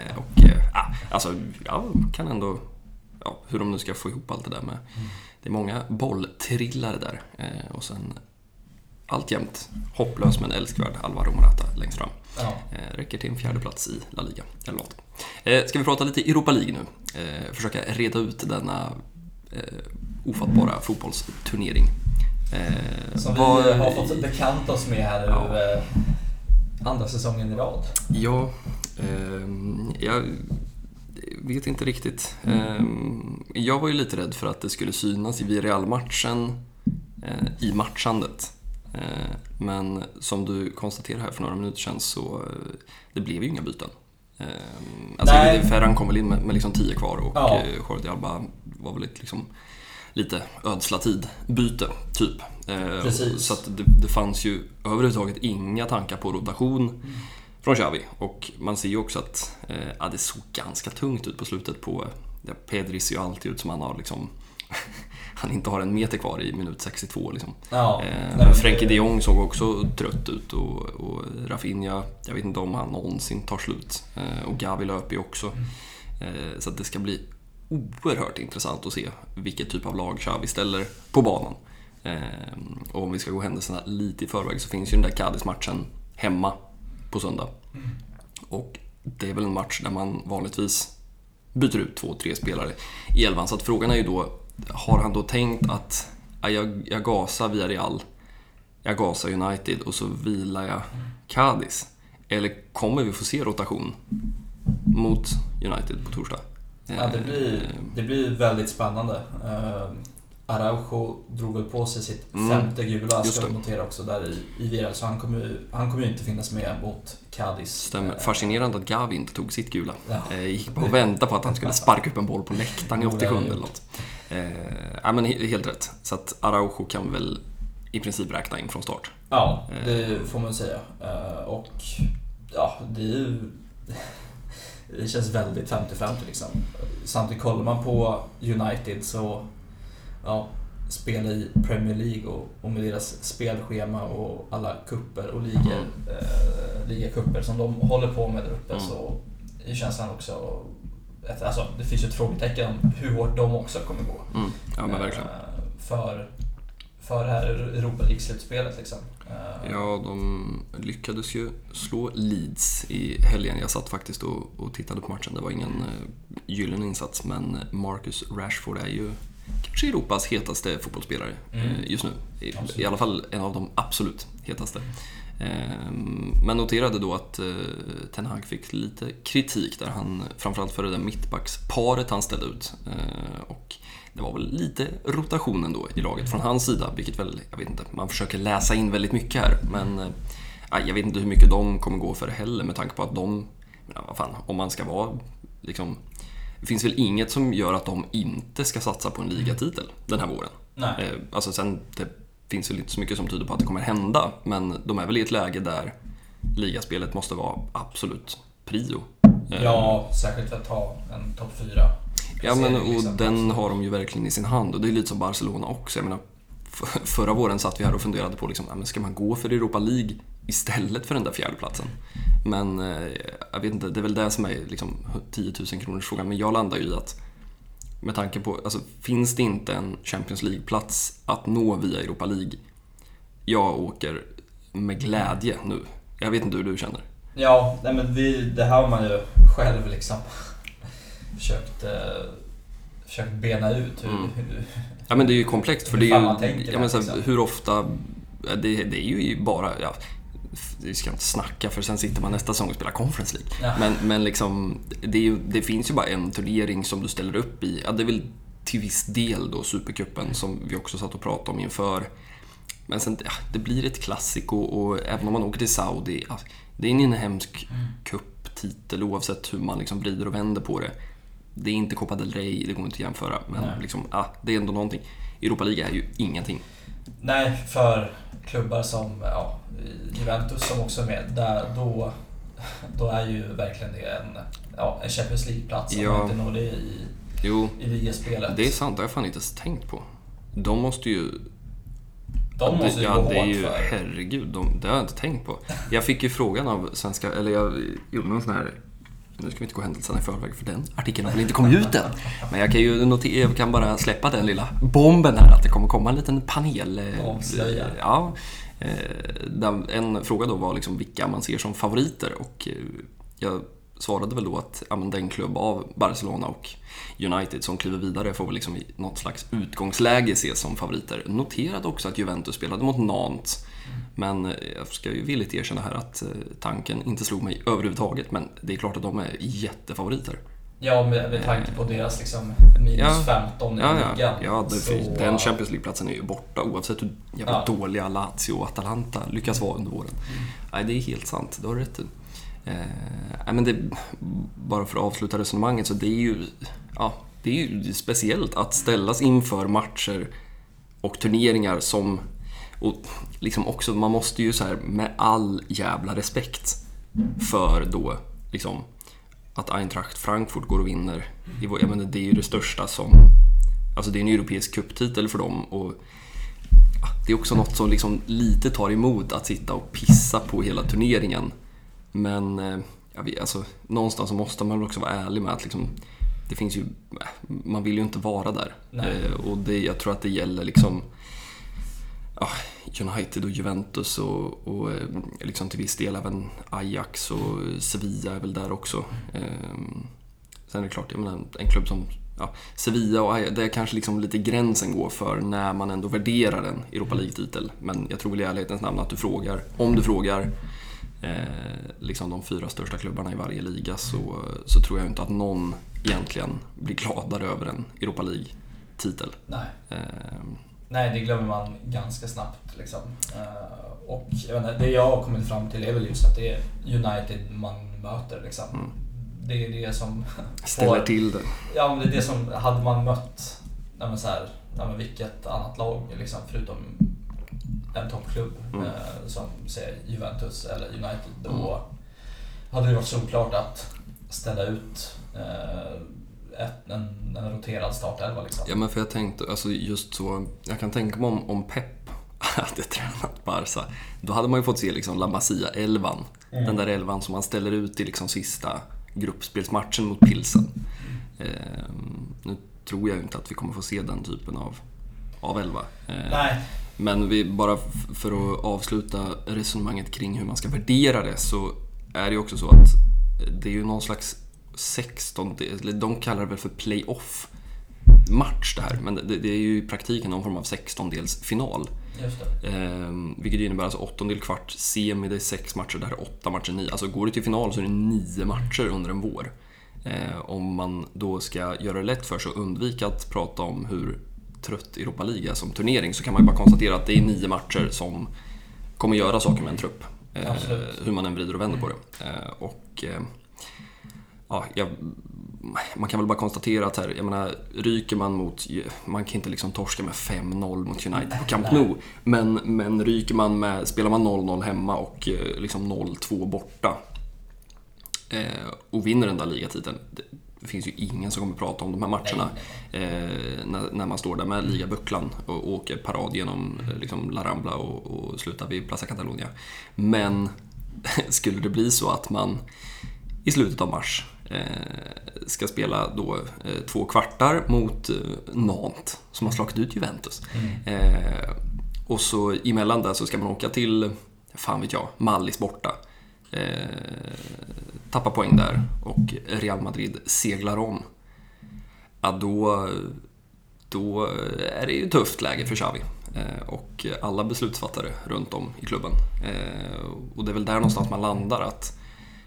Kan ändå, hur de nu ska få ihop allt det där med. Det är många bolltrillare där, och sen alltjämt hopplös men älskvärd Alvaro Morata längst fram. Räcker till en 4:e plats i La Liga eller något. Ska vi prata lite Europa League nu? Försöka reda ut denna ofattbara fotbollsturnering. Som vi har fått bekanta oss med här nu andra säsongen i rad. Ja, jag vet inte riktigt. Jag var ju lite rädd för att det skulle synas i Villarreal-matchen i matchandet. Men som du konstaterar här för några minuter sedan, så det blev ju inga byten. Ferran kom väl in med liksom 10 kvar och Jordi Alba var väl liksom lite ödsla tid byte typ. Så att det fanns ju överhuvudtaget inga tankar på rotation från Xavi, och man ser ju också att det såg ganska tungt ut på slutet på Pedri ser ju alltid ut som han har liksom han inte har en meter kvar i minut 62 liksom. Men Frenkie de Jong såg också trött ut och Rafinha, jag vet inte om han någonsin tar slut, och Gavi löper ju också. Så att det ska bli oerhört intressant att se vilket typ av lag Xavi ställer på banan. Och om vi ska gå händelserna lite i förväg så finns ju den där Cádiz-matchen hemma på söndag. Och det är väl en match där man vanligtvis byter ut 2-3 spelare i elvan. Så att frågan är ju då, har han då tänkt att jag gasar Villarreal, jag gasar United och så vilar jag Cádiz? Eller kommer vi få se rotation mot United på torsdag? Ja, det blir väldigt spännande. Araujo drog väl på sig sitt femte gula, ska vi notera också där i Villarreal, så han kommer ju inte finnas med mot Cádiz. Stämmer. Fascinerande att Gavi inte tog sitt gula. Gick bara och väntade på att han skulle sparka upp en boll på läktaren i 87 eller något. Men helt rätt. Så att Araujo kan väl i princip räkna in från start. Ja, det får man säga. Och ja, det känns väldigt 50-50 liksom. Samtidigt kollar man på United så spela i Premier League och med deras spelschema och alla kupper och ligakupper som de håller på med där uppe, så är känslan också det finns ju ett frågetecken om hur hårt de också kommer gå. Ja, men verkligen. För det här Europa League-slutspelet liksom. Ja, de lyckades ju slå Leeds i helgen. Jag satt faktiskt och tittade på matchen. Det var ingen gyllene insats, men Marcus Rashford är ju kanske Europas hetaste fotbollsspelare just nu. I alla fall en av de absolut hetaste. Men noterade då att Ten Hag fick lite kritik där han, framförallt för det där mittbacksparet han ställde ut. Och det var väl lite rotation då i laget från hans sida, vilket väl, jag vet inte, man försöker läsa in väldigt mycket här, men jag vet inte hur mycket de kommer gå för heller, med tanke på att om man ska vara liksom, det finns väl inget som gör att de inte ska satsa på en ligatitel den här våren. Nej. Alltså sen, det finns väl inte så mycket som tyder på att det kommer hända, men de är väl i ett läge där ligaspelet måste vara absolut prio. Ja, särskilt för att ta en topp 4. Ja, men och den har de ju verkligen i sin hand, och det är lite som Barcelona också. Jag menar, förra våren satt vi här och funderade på liksom, ska man gå för Europa League istället för den där fjärdeplatsen? Men jag vet inte, det är väl det som är liksom 10 000 kronors frågan. Men jag landar ju i att, med tanke på, alltså, finns det inte en Champions League-plats att nå via Europa League, jag åker med glädje nu. Jag vet inte hur du känner. Ja, nej, men det här har man ju själv liksom försökt bena ut hur ja, men det är ju komplext, för det är ju hur ofta det är ju bara vi ska inte snacka, för sen sitter man nästa säsong och spelar Conference League. Ja. Men liksom det finns ju bara en turnering som du ställer upp i. Ja, det är väl till viss del då Supercupen som vi också satt och pratade om inför. Men sen det blir ett klassiko, och även om man åker till Saudi, det är en inhemsk cuptitel oavsett hur man liksom vrider och vänder på det. Det är inte Copa del Rey, det går inte att jämföra, men liksom, det är ändå någonting. Europa League är ju ingenting. Nej, för klubbar som Juventus som också är med, där, då är ju verkligen det en Champions League-plats om man inte når det i ligaspelet. Det är sant, det har jag fan inte ens tänkt på. De måste ju gå hårt det är ju, för. herregud, det har jag inte tänkt på. Jag fick ju frågan av svenska, eller jag gjorde någon sån här, nu ska vi inte gå händelserna i förväg för den artikeln har väl inte kommit ut än. Men jag kan ju notera, jag kan bara släppa den lilla bomben här, att det kommer komma en liten panel. En fråga då var liksom vilka man ser som favoriter, och jag svarade väl då att den klubb av Barcelona och United som kliver vidare får väl liksom i något slags utgångsläge ses som favoriter. Noterade också att Juventus spelade mot Nantes. Men jag ska ju villigt erkänna här att tanken inte slog mig överhuvudtaget. Men det är klart att de är jättefavoriter. Ja, med tanke på deras liksom minus 15 i ligan. Ja, den Champions League-platsen är ju borta oavsett hur jävla dåliga Lazio och Atalanta lyckas vara under våren. Nej, det är helt sant, det har du rätt i. Men det, bara för att avsluta resonemanget, så det är ju speciellt att ställas inför matcher och turneringar som, och liksom också, man måste ju så här med all jävla respekt för då liksom att Eintracht Frankfurt går och vinner. Jag menar, det är ju det största som, alltså det är en europeisk cuptitel för dem, och det är också något som liksom lite tar emot att sitta och pissa på hela turneringen. Men någonstans så måste man också vara ärlig med att liksom, det finns ju, man vill ju inte vara där. Och jag tror att det gäller liksom United och Juventus och liksom till viss del även Ajax och Sevilla är väl där också. Sen är det klart, jag menar, en klubb som Sevilla och Ajax, det är kanske liksom lite gränsen går för när man ändå värderar en Europa League-titel. Men jag tror väl i ärlighetens namn att om du frågar liksom de 4 största klubbarna i varje liga så tror jag inte att någon egentligen blir gladare över en Europa League-titel. Nej, det glömmer man ganska snabbt liksom. Och jag vet inte, det jag har kommit fram till är väl just att det är United man möter liksom. Det är det som ställer till det. Ja, men det är det som, hade man mött vilket annat lag liksom, förutom en toppklubb som säger Juventus eller United, då hade det varit såklart att ställa ut en roterad startelva liksom. Ja, men för jag tänkte, alltså just så, jag kan tänka mig om Pep hade tränat Barca, då hade man ju fått se liksom La Masia-elvan, den där elvan som man ställer ut i liksom sista gruppspelsmatchen mot Pilsen. Nu tror jag inte att vi kommer få se den typen av elva. Nej. Men vi bara för att avsluta resonemanget kring hur man ska värdera det, så är det ju också så att det är ju någon slags 16, de kallar det väl för playoff match det här, men det är ju i praktiken någon form av 16-delsfinal. Just det. Vilket innebär alltså 8-del, kvart, semi, det är 6 matcher, det här är 8 matcher, 9. Alltså går det till final så är det 9 matcher under en vår. Om man då ska göra det lätt för sig och undvika att prata om hur trött Europa League är som turnering, så kan man ju bara konstatera att det är 9 matcher som kommer göra saker med en trupp. Hur man än vrider och vänder på det. Man kan väl bara konstatera att här, jag menar, ryker man mot, man kan inte liksom torska med 5-0 mot United på Camp Nou, men ryker man med, spelar man 0-0 hemma och liksom 0-2 borta och vinner den där ligatiteln, det finns ju ingen som kommer prata om de här matcherna när man står där med ligabucklan och åker parad genom liksom La Rambla och slutar vid Plaza Catalunya. Men skulle det bli så att man i slutet av mars ska spela då 2 kvartar mot Nantes som har slagit ut Juventus. Och så emellan där så ska man åka till, fan vet jag, Mallis borta. Tappa poäng där och Real Madrid seglar om. Ja, då är det ju tufft läge för Xavi och alla beslutsfattare runt om i klubben. Och det är väl där någonstans man landar, att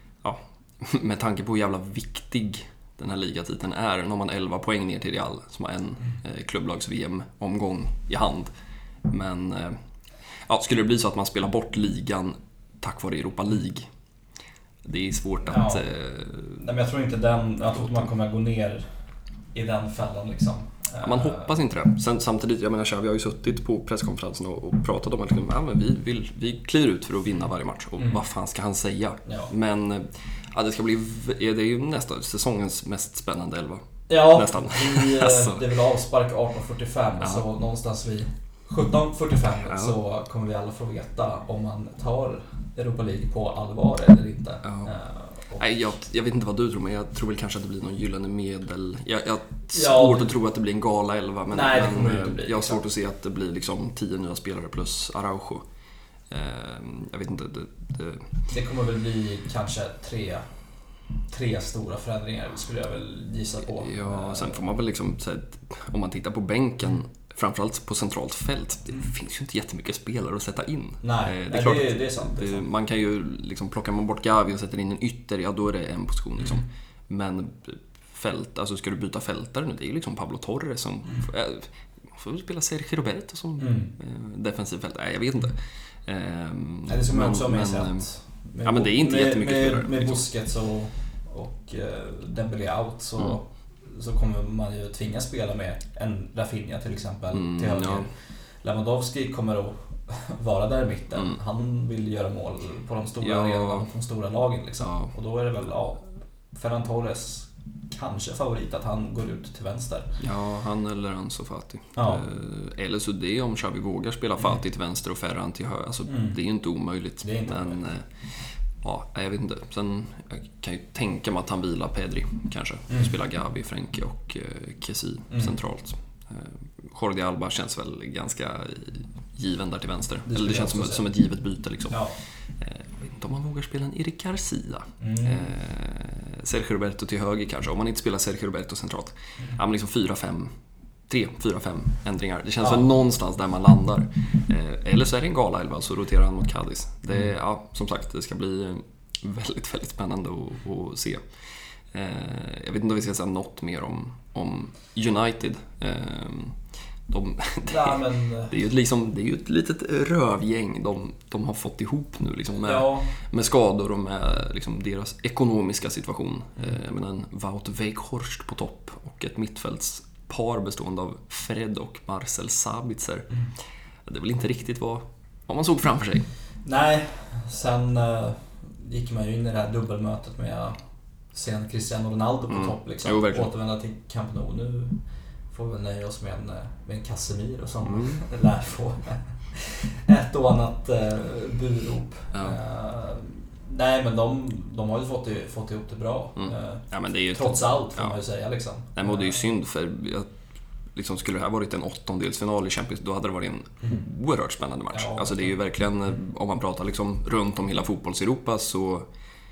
med tanke på hur jävla viktig den här ligatiteln är, när man 11 poäng ner till Real som har en klubblags-VM-omgång i hand. Men skulle det bli så att man spelar bort ligan tack vare Europa League, det är svårt att... Nej, men jag tror inte jag tror att man kommer att gå ner i den fällan liksom. Man hoppas inte det. Sen, samtidigt, jag menar, Xavi har ju suttit på presskonferensen och pratat om att men vi kliver ut för att vinna varje match. Och vad fan ska han säga? Ja. Men det ska bli, det är ju nästa säsongens mest spännande elva. Ja, nästan. Det är väl avspark 18:45, så någonstans vid 17:45 så kommer vi alla få veta om man tar Europa League på allvar eller inte. Nej, jag vet inte vad du tror, men jag tror väl kanske att det blir någon gyllene medel. Jag har svårt att tro att det blir en gala 11, men jag har svårt att se att det blir liksom 10 nya spelare plus Araujo. Jag vet inte. Det kommer väl bli kanske tre stora förändringar, skulle jag väl gissa på. Ja, sen får man väl liksom, om man tittar på bänken, framförallt på centralt fält, det finns ju inte jättemycket spelare att sätta in. Nej, det är klart, det är sant. Man kan ju liksom, plockar man bort Gavi och sätter in en ytter, då är det en position liksom. Men fält, alltså ska du byta fältare nu, det är ju liksom Pablo Torres som får spela Sergio Roberto som defensiv fält. Nej, jag vet inte. Det som jag också har med sig att men det är inte jättemycket spelare. Med Busquets och Dembélé out så kommer man ju tvingas spela med en Rafinha till exempel till höger. Ja. Lewandowski kommer att vara där i mitten. Han vill göra mål på de stora arenorna, på de stora lagen liksom. Ja. Och då är det väl Ferran Torres kanske favorit att han går ut till vänster. Ja, han eller Ansu Fati. Ja. Eller så det om Xavi vågar spela Fati till vänster och Ferran till höger. Alltså, det är ju inte omöjligt. Det är inte omöjligt. Ja, jag vet inte. Sen jag kan ju tänka mig att han vilar Pedri kanske. Spelar Gavi, Frenkie och Kessie centralt. Jordi Alba känns väl ganska given där till vänster. Eller det känns som ett givet byte liksom. Ja. Jag vet inte om man vågar spela en Eric Garcia. Sergio Roberto till höger kanske. Om man inte spelar Sergio Roberto centralt. Ja, men liksom 3-4-5 ändringar. Det känns väl någonstans där man landar. Eller så är det en gala-11 så roterar han mot Cadiz. Som sagt, det ska bli väldigt, väldigt spännande att se. Jag vet inte om vi ska säga något mer om United. Det är ju ett litet rövgäng de har fått ihop nu liksom, med skador och med liksom, deras ekonomiska situation. Jag menar en Wout Weghorst på topp och ett mittfältspar bestående av Fred och Marcel Sabitzer. Det är väl inte riktigt vad man såg framför sig. Nej, sen gick man ju in i det här dubbelmötet med sen Cristiano Ronaldo på topp liksom. Återvända till Camp Nou. Nu får vi nöja oss med en Casemiro som lär få ett och annat burop. Nej, men de har ju fått ihop det bra. Men det är ju trots allt får man ju säga liksom. Nej, men det är ju synd för liksom, skulle det här varit en 8-delsfinal i Champions, då hade det varit en oerhört spännande match. Alltså det är ju verkligen, om man pratar liksom runt om hela fotbolls-Europa så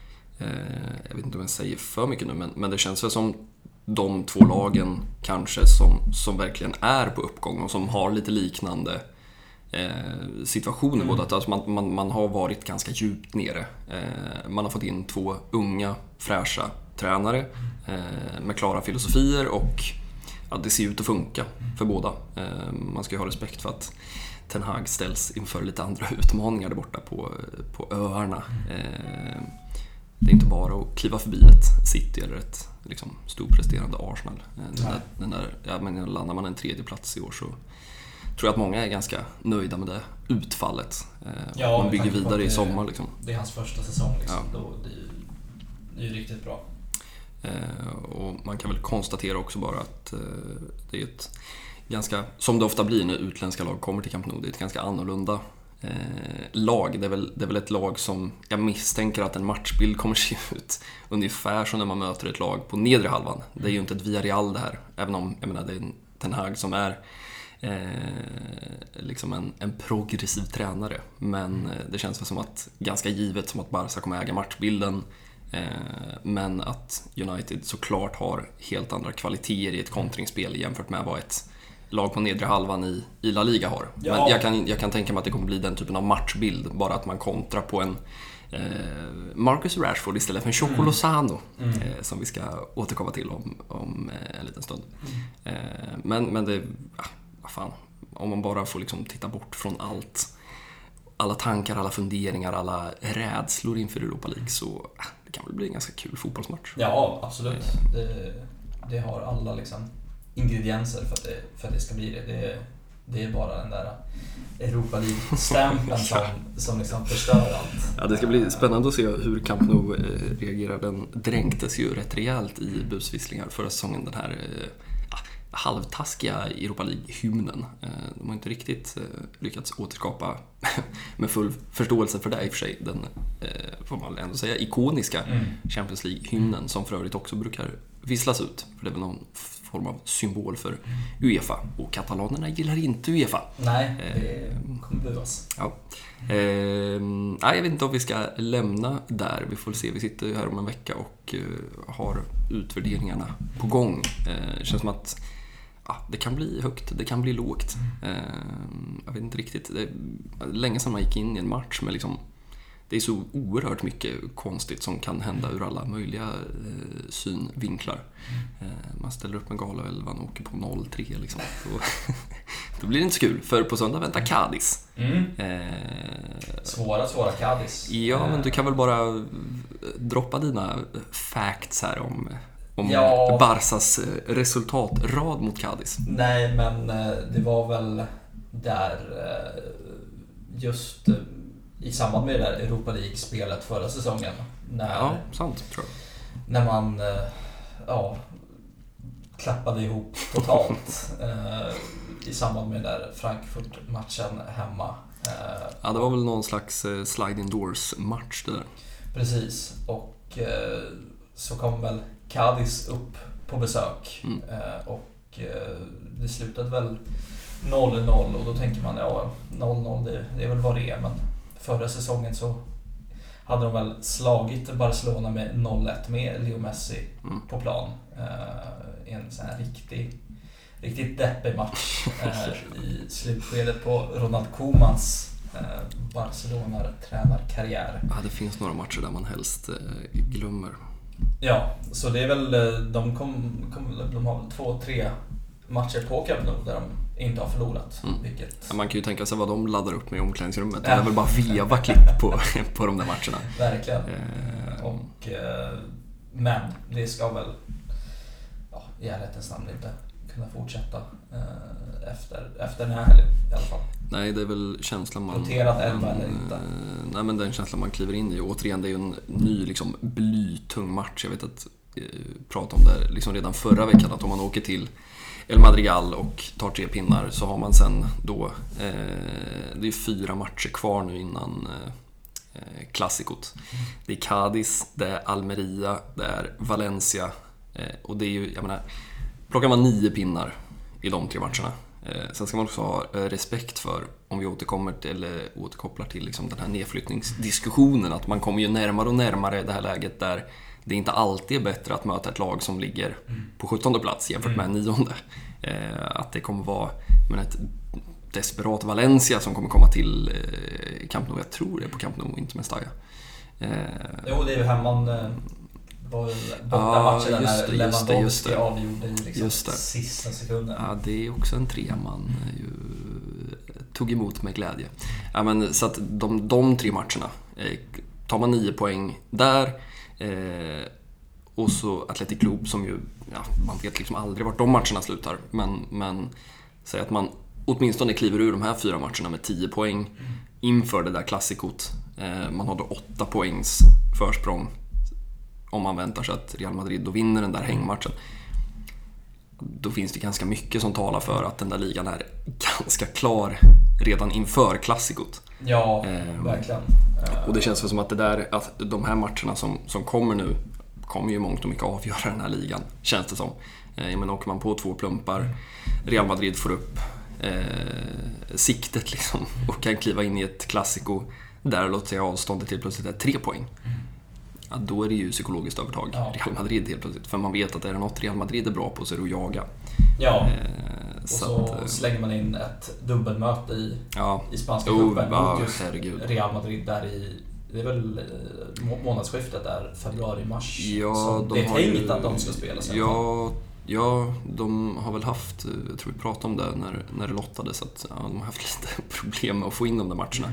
jag vet inte om jag säger för mycket nu, men det känns väl som de två lagen kanske som verkligen är på uppgång och som har lite liknande situationer. Både att alltså man har varit ganska djupt nere. Man har fått in 2 unga, fräscha tränare med klara filosofier och det ser ut att funka för båda. Man ska ju ha respekt för att Ten Hag ställs inför lite andra utmaningar där borta på öarna. Det är inte bara att kliva förbi ett City eller ett liksom, storpresterande Arsenal. Men landar man en 3:e plats i år så tror jag att många är ganska nöjda med det utfallet. Man bygger vidare i sommar. Liksom. Det är hans första säsong. Liksom. Det är ju riktigt bra. Och man kan väl konstatera också bara att det är ett ganska, som det ofta blir när utländska lag kommer till Camp Nou, det är ett ganska annorlunda lag. Det är väl ett lag som jag misstänker att en matchbild kommer se ut ungefär som när man möter ett lag på nedre halvan. Det är ju inte ett Villarreal det här, även om jag menar, det är en Ten Hag som är liksom en progressiv tränare, men det känns väl som att ganska givet som att Barca kommer äga matchbilden, men att United såklart har helt andra kvaliteter i ett kontringsspel jämfört med vad ett lag på nedre halvan i La Liga har. Men jag kan tänka mig att det kommer bli den typen av matchbild, bara att man kontrar på en Marcus Rashford istället för en Choco Lozano, som vi ska återkomma till om en liten stund. Men det, vad fan, om man bara får liksom titta bort från alla tankar, alla funderingar, alla rädslor inför Europa League, så det kan väl bli en ganska kul fotbollsmatch. Ja, absolut. Det har alla liksom ingredienser för att det ska bli det. Det är bara den där Europa League-stämpeln som liksom förstör allt. Ja, det ska bli spännande att se hur Camp Nou reagerar. Den dränktes ju rätt rejält i busvisslingar förra säsongen, den här halvtaskiga Europa League-hymnen. De har inte riktigt lyckats återskapa med full förståelse för det i och för sig. Den, får man ändå säga, ikoniska Champions League-hymnen, som för övrigt också brukar visslas ut. För det är väl någon form av symbol för UEFA. Och katalanerna gillar inte UEFA. Nej, det kommer buas. Ja. Jag vet inte om vi ska lämna där. Vi får se. Vi sitter här om en vecka och har utvärderingarna på gång. Det känns som att det kan bli högt, det kan bli lågt. Jag vet inte riktigt. Det är länge sedan man gick in i en match med liksom, det är så oerhört mycket konstigt som kan hända ur alla möjliga synvinklar. Man ställer upp en gala-11 och åker på 0-3 liksom. Då blir det inte så kul, för på söndag väntar Cadiz. Svåra Cadiz. Ja, men du kan väl bara droppa dina facts här om Barças resultatrad mot Cadiz. Nej, men det var väl där just i samband med det där Europa League-spelet förra säsongen. Sant, tror jag. När man klappade ihop totalt i samband med den där Frankfurt-matchen hemma. Det var väl någon slags sliding doors-match det där. Precis, och så kom väl Cadiz upp på besök och det slutade väl 0-0 och då tänker man 0-0 det är väl vad det är, men förra säsongen så hade de väl slagit Barcelona med 0-1 med Leo Messi på plan. En sån här riktigt deppig match i slutskedet på Ronald Koemans Barcelona-tränarkarriär. Ja, det finns några matcher där man helst glömmer. Ja, så det är väl de har 2-3 matcher på Camp Nou där de inte har förlorat. Vilket... Ja, man kan ju tänka sig vad de laddar upp med i omklädningsrummet. Det är väl bara veva klipp på de där matcherna. Verkligen. Men det ska väl i ärlighetens namn inte kunna fortsätta efter den här helgen i alla fall. Nej, det är väl känslan man... Roterat 11 eller inte. Nej, men den känslan man kliver in i. Återigen, det är ju en ny liksom, blytung match. Jag vet att prata om det liksom redan förra veckan, att om man åker till El Madrigal och tar 3 pinnar så har man sen då det är 4 matcher kvar nu innan klassikot. Det är Cadiz, det är Almeria, det är Valencia och det är ju, jag menar, plockar man 9 pinnar i de 3 matcherna. Sen ska man också ha respekt för, om vi återkopplar till liksom den här nedflyttningsdiskussionen, att man kommer ju närmare och närmare det här läget där det inte alltid är bättre att möta ett lag som ligger på 17:e plats jämfört med 9:e. Att det kommer vara ett desperat Valencia som kommer komma till Camp Nou. Jag tror det är på Camp Nou, inte med Mestalla. Jo, det är ju hemman var borta matchen när Lewandowski avgjorde i liksom sista sekunden. Ja, det är också en 3 man ju tog emot med glädje. Ja, men, så att de 3 matcherna tar man 9 poäng där. Och så Athletic Club som ju, man vet liksom aldrig vart de matcherna slutar, men säg att man åtminstone kliver ur de här 4 matcherna med 10 poäng inför det där klassikot. Man har då 8 poängs försprång om man väntar sig att Real Madrid då vinner den där hängmatchen. Då finns det ganska mycket som talar för att den där ligan är ganska klar redan inför klassikot. Ja, verkligen. Och det känns som att att de här matcherna som kommer nu kommer ju mångt och mycket avgöra den här ligan, känns det som. Men åker man på 2 plumpar, Real Madrid får upp siktet liksom och kan kliva in i ett klassiko där låter sig avståndet till plötsligt är 3 poäng. Ja, då är det ju psykologiskt övertag Real Madrid helt plötsligt, för man vet att är det något Real Madrid är bra på så är det att jaga. Ja, och så slänger man in ett dubbelmöte i spanska cupen mot just Real Madrid där det är väl månadsskiftet där, februari-mars. Ja, så det är tänkt att de ska spela sen. Ja, de har väl haft, jag tror vi pratade om det när det lottades, att de har haft lite problem med att få in de där matcherna.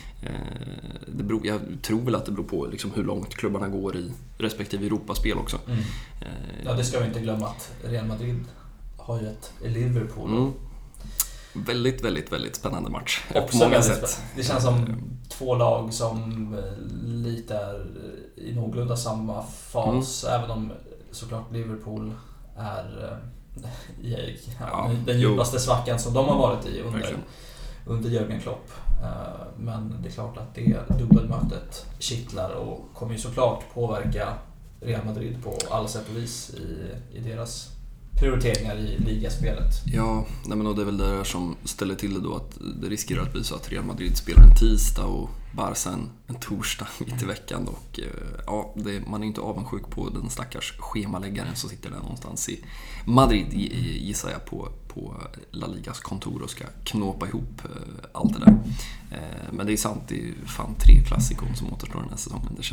Jag tror väl att det beror på liksom hur långt klubbarna går i respektive Europaspel också. Ja, det ska vi inte glömma att Real Madrid har ju ett Liverpool. Väldigt, väldigt, väldigt spännande match också på många sätt. Det känns som 2 lag som lite är i någorlunda samma fas, även om såklart Liverpool är i den djupaste svackan som de har varit i under Jürgen Klopp. Men det är klart att det dubbelmötet kittlar och kommer ju såklart påverka Real Madrid på alla sätt och vis i deras prioriteringar i ligaspelet. Ja, och det är väl det där som ställer till det då, att det riskerar att bli så att Real Madrid spelar en tisdag och Barca en torsdag mitt i veckan. Och man är inte avundsjuk på den stackars schemaläggaren som sitter där någonstans i Madrid, gissar jag, på La Ligas kontor och ska knåpa ihop allt det där. Men det är sant, det är fan 3 klassikon som återstår den här säsongen. Det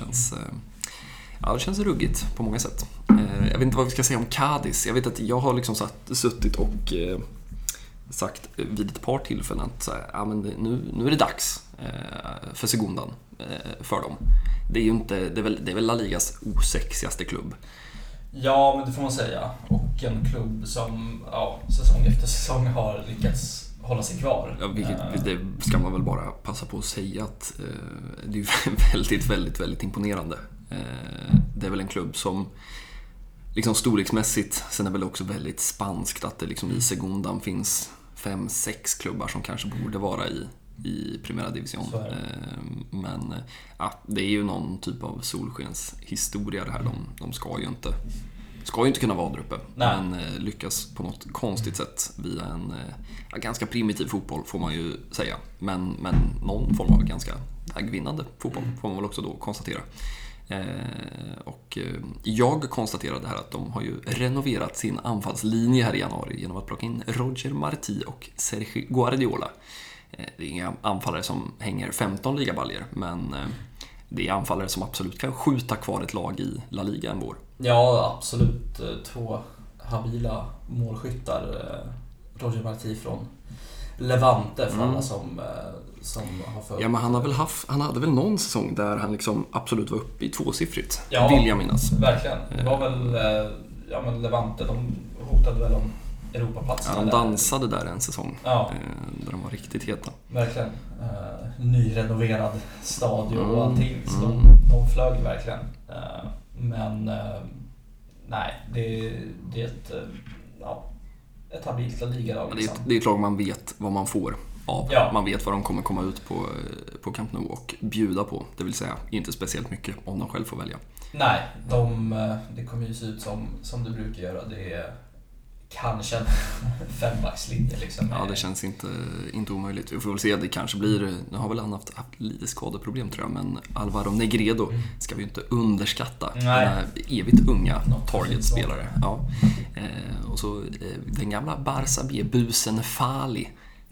känns ruggigt på många sätt. Jag vet inte vad vi ska säga om Cadiz. Jag vet att jag har liksom suttit och sagt vid ett par tillfällen att nu är det dags för segundan för dem. Det är väl La Ligas osexigaste klubb. Ja, men det får man säga. Och en klubb som säsong efter säsong har lyckats hålla sig kvar. Ja, det ska man väl bara passa på att säga att det är väldigt, väldigt, väldigt imponerande. Det är väl en klubb som liksom storleksmässigt, sen är väl också väldigt spanskt att det liksom i segundan finns 5-6 klubbar som kanske borde vara i i Primera Division. Men det är ju någon typ av solskenshistoria det här. De ska ju inte kunna vara där uppe. Men lyckas på något konstigt sätt via en ganska primitiv fotboll får man ju säga. Men någon form av ganska vinnande fotboll får man väl också då konstatera. Och jag konstaterade här att de har ju renoverat sin anfallslinje här i januari genom att plocka in Roger Martí och Sergi Guardiola. Det är inga anfallare som hänger 15 ligabaljer, men det är anfallare som absolut kan skjuta kvar ett lag i La Liga en vår. Ja, absolut. 2 habila målskyttar. Roger Martí från Levante för alla som har för. Ja, men han hade väl någon säsong där han liksom absolut var uppe i 2-siffrigt. Ja, vill jag minnas. Verkligen. Det var väl Levante, de hotade väl om Europaplatserna. Ja, de dansade där en säsong. Ja. Där de var riktigt heta. Verkligen. Nyrenoverad stadion och allting. Så de flög verkligen. Men nej, det är ett habilt La Liga-lag. Liksom. Det är ett lag man vet vad man får av. Ja. Man vet vad de kommer komma ut på Camp Nou och bjuda på. Det vill säga inte speciellt mycket om de själv får välja. Nej, det kommer ju se ut som det brukar göra. Det är kanske en 5-backslinje liksom. Ja, det känns inte omöjligt. Vi får väl se, det kanske blir. Nu har väl han haft lite skadeproblem tror jag, men Alvaro Negredo ska vi inte underskatta. Den här evigt unga targetspelare. Ja. Och så den gamla Barça B-busen Fali.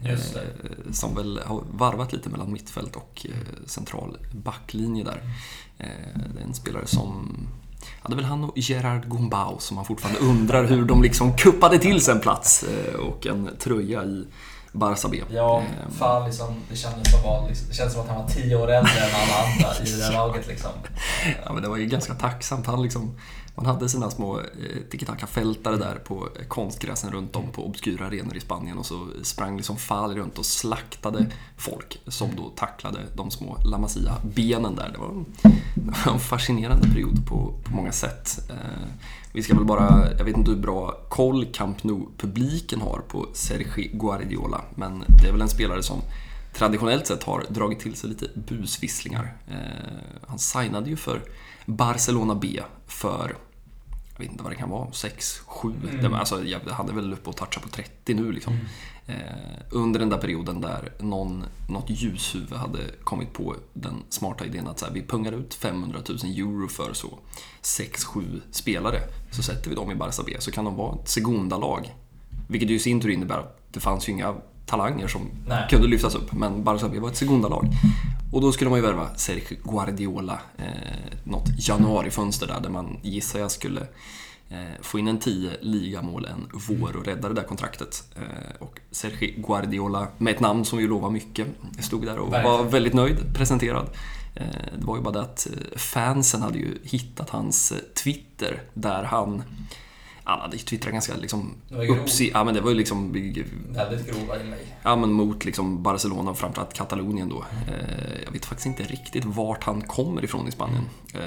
Som väl har varvat lite mellan mittfält och central backlinje där. Det är en spelare som det är väl han och Gerard Gumbau som man fortfarande undrar hur de liksom kuppade till sig en plats och en tröja i Barça B. Ja, fan liksom, det känns som att han var 10 år äldre än alla andra i det där laget liksom. Ja, men det var ju ganska tacksamt. Man hade sina små tiki-taka-fältare där på konstgräsen runt om på obskyra arenor i Spanien, och så sprang liksom Fali runt och slaktade folk som då tacklade de små La Masia-benen där. Det var en fascinerande period på många sätt. Vi ska väl bara, jag vet inte hur bra koll Camp Nou-publiken har på Sergi Guardiola, men det är väl en spelare som traditionellt sett har dragit till sig lite busvisslingar. Han signade ju för Barcelona B för, jag vet inte vad det kan vara, 6-7. Alltså, jag hade väl upp och toucha på 30 nu liksom. Under den där perioden där något ljushuvud hade kommit på den smarta idén att så här, vi pungar ut 500 000 euro för så 6-7 spelare, så sätter vi dem i Barça B, så kan de vara ett segundalag, vilket ju i sin tur innebär att det fanns ju inga talanger som kunde lyftas upp, men Barça B var ett segundalag. Och då skulle man ju värva Sergio Guardiola något januarifönster där man gissar jag skulle få in en 10 ligamål en vår och rädda det där kontraktet. Och Sergio Guardiola, med ett namn som ju lovar mycket, stod där och var väldigt nöjd, presenterad. Det var ju bara det att fansen hade ju hittat hans Twitter där han hade twittrat ganska liksom ja, men det var ju liksom väldigt grova i mig. Ja, men mot liksom Barcelona och framförallt Katalonien då. Jag vet faktiskt inte riktigt vart han kommer ifrån i Spanien.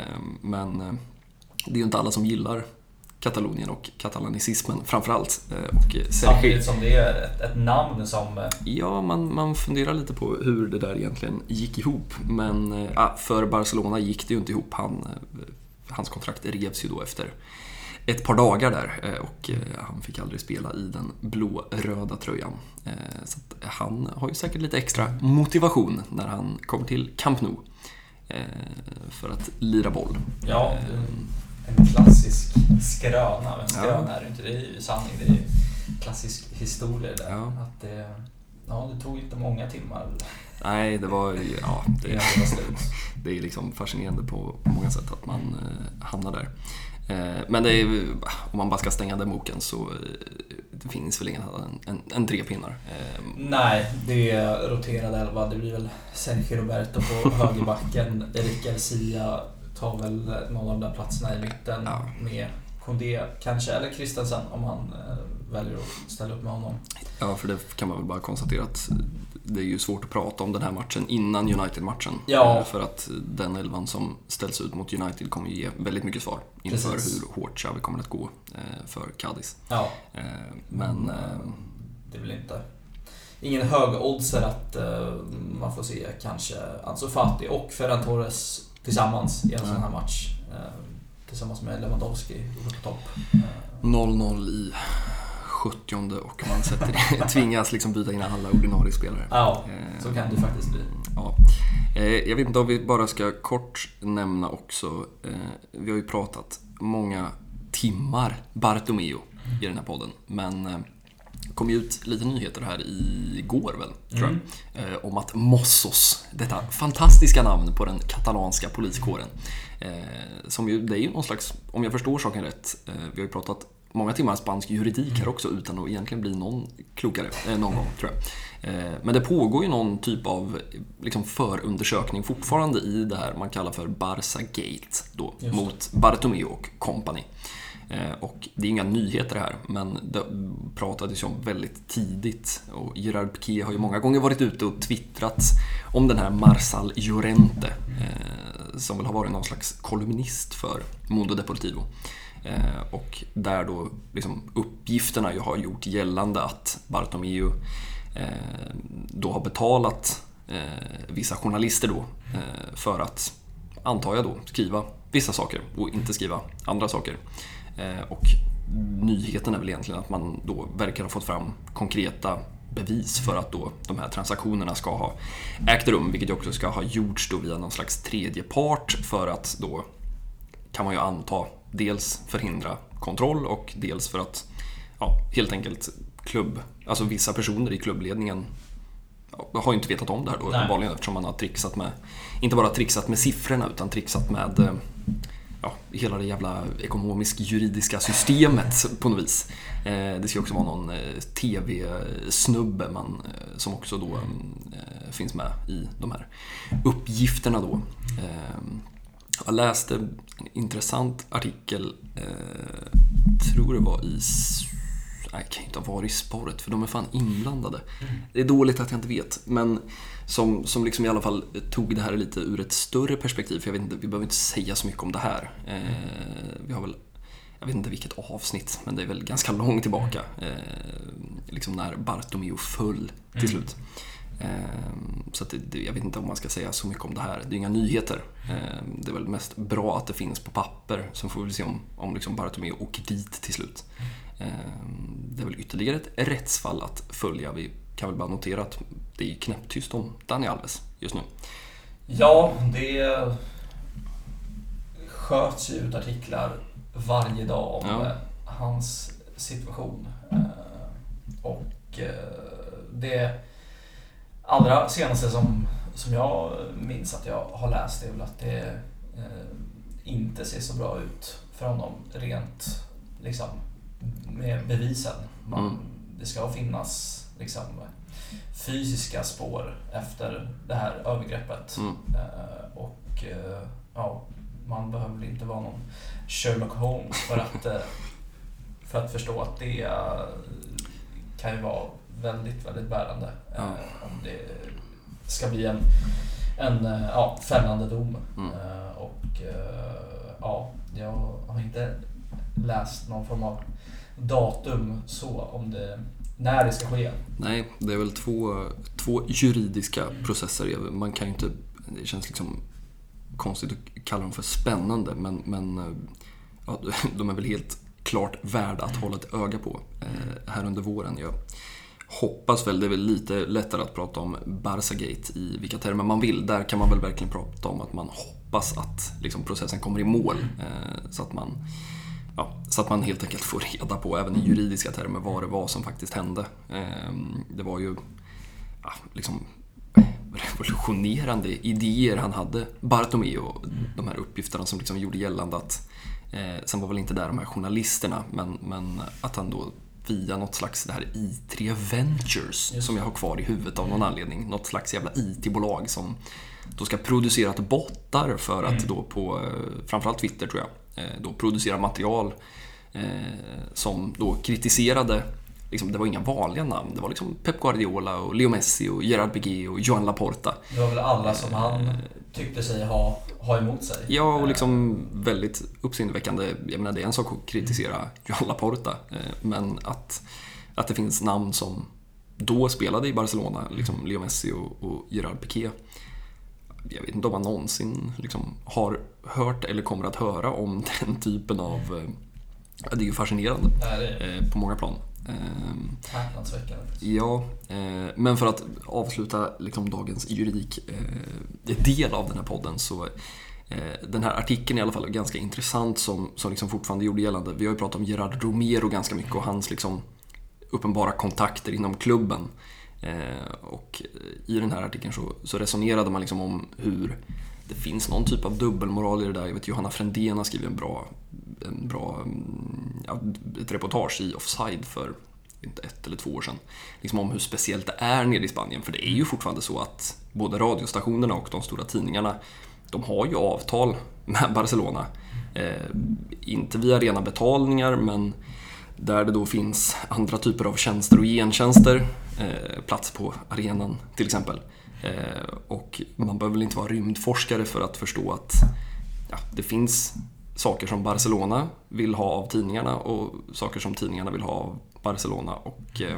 Men det är ju inte alla som gillar Katalonien och katalanicismen framförallt. Och samtidigt som det är ett namn som... Ja, man funderar lite på hur det där egentligen gick ihop. Men för Barcelona gick det ju inte ihop. Hans kontrakt revs ju då efter ett par dagar där, och han fick aldrig spela i den blå-röda tröjan. Så att han har ju säkert lite extra motivation när han kommer till Camp Nou för att lira boll. Ja, en klassisk skröna. Men skröna är det inte, det är ju sanning. Det är ju klassisk historia där. Ja. Att det tog inte många timmar. Nej, det var det är liksom fascinerande på många sätt att man hamnar där. Men det är, om man bara ska stänga den boken, så det finns väl en 3 pinnar. Nej, det är roterad 11. Det blir väl Sergio Roberto på högerbacken. Eric Garcia tar väl någon av de platserna i mitten med Koundé kanske, eller Christensen om han väljer att ställa upp med honom. Ja, för det kan man väl bara konstatera att det är ju svårt att prata om den här matchen innan United-matchen. Ja. För att den 11 som ställs ut mot United kommer ge väldigt mycket svar inför hur hårt Xavi kommer att gå för Cadiz. Ja. Men det är väl inte ingen hög oddser att man får se kanske Ansu Fati och Ferran Torres tillsammans i en sån här match. Tillsammans med Lewandowski på topp. 0-0 i 70:e och man tvingas liksom byta in alla ordinarie spelare. Ja, så kan det faktiskt bli. Ja. Jag vet inte om vi bara ska kort nämna också, vi har ju pratat många timmar Bartomeu i den här podden, men kom ju ut lite nyheter här igår väl, tror jag, om att Mossos, detta fantastiska namn på den katalanska poliskåren, som ju, det är ju någon slags, om jag förstår saken rätt, vi har ju pratat många timmar spansk juridik här också utan att egentligen bli någon klokare någon gång, tror jag. Men det pågår ju någon typ av liksom förundersökning fortfarande i det här man kallar för Barça Gate då, mot Bartomeu och company. Och det är inga nyheter här, men det pratades ju om väldigt tidigt, och Gerard Piqué har ju många gånger varit ute och twittrat om den här Marçal Llorente, som väl har varit någon slags kolumnist för Mundo Deportivo, och där då liksom uppgifterna ju har gjort gällande att Bartomeu då har betalat vissa journalister då för att, antar jag då, skriva vissa saker och inte skriva andra saker. Och nyheten är väl egentligen att man då verkar ha fått fram konkreta bevis för att då de här transaktionerna ska ha ägt rum, vilket också ska ha gjorts då via någon slags tredje part, för att då kan man ju anta dels förhindra kontroll och dels för att helt enkelt alltså vissa personer i klubbledningen har ju inte vetat om det här då uppenbarligen, eftersom man har trixat med, inte bara trixat med siffrorna utan trixat med hela det jävla ekonomisk-juridiska systemet på något vis. Det ska också vara någon tv-snubbe som också då finns med i de här uppgifterna då. Jag läste en intressant artikel, tror det var nej, kan inte ha varit i Spåret, för de är fan inblandade. Det är dåligt att jag inte vet, men som liksom i alla fall tog det här lite ur ett större perspektiv, för jag vet inte, vi behöver inte säga så mycket om det här. Vi har väl, jag vet inte vilket avsnitt, men det är väl ganska långt tillbaka, liksom när Bartomeu föll till slut. Så att jag vet inte om man ska säga så mycket om det här. Det är inga nyheter. Det är väl mest bra att det finns på papper, så får vi se om liksom Bartomeu åker dit till slut. Det är väl ytterligare ett rättsfall att följa. Vi kan väl bara notera att det är knäpptyst om Dani Alves just nu. Ja, det sköts ju ut artiklar varje dag om hans situation. Och det allra senaste som jag minns att jag har läst är väl att det inte ser så bra ut för honom rent liksom med bevisen. Det ska finnas liksom fysiska spår efter det här övergreppet. Och man behöver inte vara någon Sherlock Holmes för att förstå att det kan ju vara väldigt, väldigt bärande om det ska bli en fällande dom. Jag har inte läst någon form av datum så om det, när det ska ske. Nej, det är väl två juridiska processer. Man kan ju inte, det känns liksom konstigt att kalla dem för spännande, men de är väl helt klart värda att hålla ett öga på här under våren. Jag hoppas väl, det är väl lite lättare att prata om Barça-gate i vilka termer man vill. Där kan man väl verkligen prata om att man hoppas att liksom processen kommer i mål, så att man helt enkelt får reda på även i juridiska termer vad det var som faktiskt hände. Det var ju liksom revolutionerande idéer han hade, Bartomeu, de här uppgifterna som liksom gjorde gällande att sen var väl inte där de här journalisterna, men att han då via något slags det här i3 Ventures som jag har kvar i huvudet av någon anledning, något slags jävla IT-bolag som då ska producera bottar för att då på framförallt Twitter tror jag då producera material som då kritiserade liksom, det var inga vanliga namn, det var liksom Pep Guardiola och Leo Messi och Gerard Piqué och Joan Laporta. Det var väl alla som han tyckte sig ha emot sig. Ja, och liksom väldigt uppseendeväckande. Jag menar, det är en sak att kritisera Joan Laporta, men att det finns namn som då spelade i Barcelona, liksom Leo Messi och Gerard Piqué. Jag vet inte om man någonsin liksom har hört eller kommer att höra om den typen av... Det är ju fascinerande på många plan. Ja, men för att avsluta liksom dagens juridik del av den här podden, så den här artikeln i alla fall är ganska intressant som liksom fortfarande gjorde gällande. Vi har ju pratat om Gerard Romero ganska mycket och hans liksom uppenbara kontakter inom klubben. Och i den här artikeln så resonerade man liksom om hur det finns någon typ av dubbelmoral i det där. Jag vet, Johanna Frändén har skrivit ett reportage i Offside för inte 1 eller 2 år sedan, liksom om hur speciellt det är nere i Spanien. För det är ju fortfarande så att både radiostationerna och de stora tidningarna, de har ju avtal med Barcelona. Inte via rena betalningar, men där det då finns andra typer av tjänster och gentjänster, plats på arenan till exempel. Och man behöver väl inte vara rymdforskare för att förstå att det finns saker som Barcelona vill ha av tidningarna och saker som tidningarna vill ha av Barcelona. Och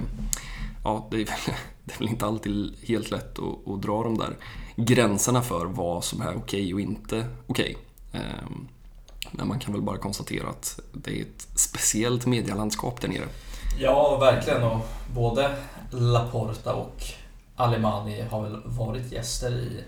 det är väl inte alltid helt lätt att dra de där gränserna för vad som är okej och inte okej. Men man kan väl bara konstatera att det är ett speciellt medielandskap där nere. Ja, verkligen. Och både Laporta och Alemany har väl varit gäster i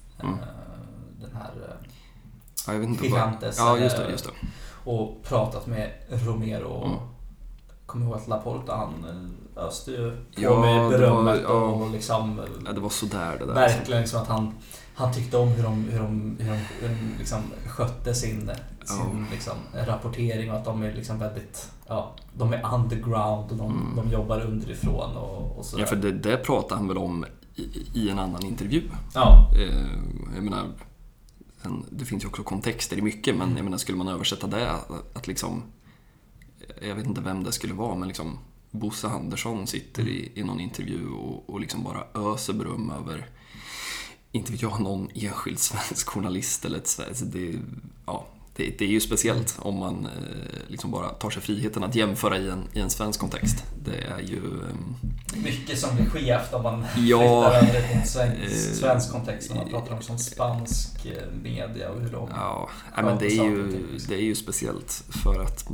den här Gigantes. Ja, just det. Och pratat med Romero. Kommer ihåg att Laporta, han öste ju på med berömmet och liksom... Ja, det var sådär det där. Verkligen liksom att han tyckte om hur de liksom skötte sin liksom rapportering, och att de är liksom väldigt, de är underground och de jobbar underifrån och så. Ja, för det pratar han väl om i en annan intervju. Ja. Jag menar, det finns ju också kontexter i mycket, men jag menar, skulle man översätta det att liksom, jag vet inte vem det skulle vara, men liksom Bosse Andersson sitter i någon intervju och liksom bara öser beröm över, inte vet jag, någon enskild svensk journalist eller det är ju speciellt om man liksom bara tar sig friheten att jämföra i en svensk kontext. Det är ju mycket som blir skevt om man flyttar över till en svensk kontext när man pratar om som spansk media och hur de... men det är ju speciellt för att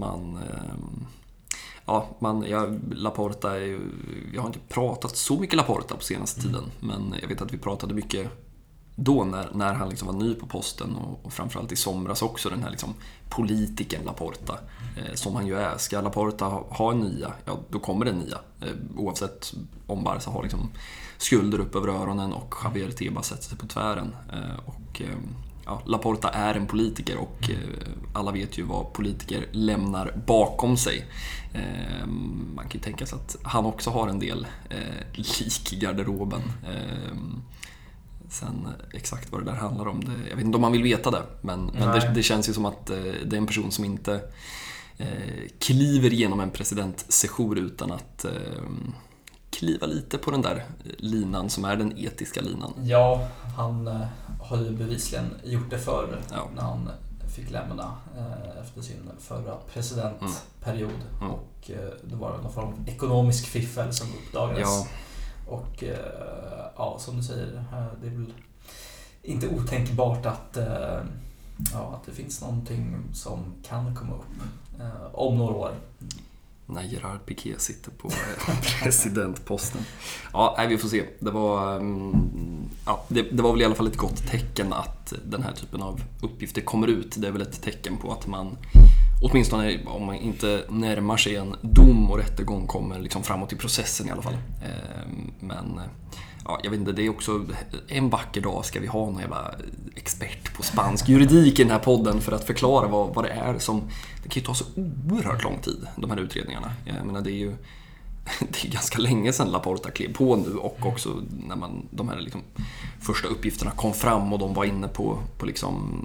Laporta är ju, jag har inte pratat så mycket Laporta på senaste tiden, men jag vet att vi pratade mycket då när han liksom var ny på posten, och framförallt i somras också, den här liksom politikern Laporta, som han ju är. Ska Laporta ha en nia, då kommer det en nia, oavsett om Barca har liksom skulder upp över öronen och Javier Tebas sätter sig på tvären. Laporta är en politiker, och alla vet ju vad politiker lämnar bakom sig. Man kan ju tänka sig att han också har en del lik i garderoben. Sen exakt vad det där handlar om, jag vet inte om man vill veta det, men det känns ju som att det är en person som inte kliver igenom en presidentsession utan att kliva lite på den där linan som är den etiska linan. Ja, han har ju bevisligen gjort det förr när han fick lämna efter sin förra presidentperiod. Och det var någon form av ekonomisk fiffel som uppdagades. Och som du säger, det är väl inte otänkbart att det finns någonting som kan komma upp om några år. När Gerard Piqué sitter på presidentposten. Vi får se. Det var väl i alla fall ett gott tecken att den här typen av uppgifter kommer ut. Det är väl ett tecken på att man, åtminstone om man inte närmar sig en dom och rättegång, kommer liksom framåt i processen i alla fall. Men jag vet inte, det är också en vacker dag ska vi ha någon jävla expert på spansk juridik i den här podden för att förklara vad det är som, det kan ju ta så oerhört lång tid, de här utredningarna. Jag menar, det är ganska länge sedan Laporta klev på nu, och också när de här liksom första uppgifterna kom fram och de var inne på liksom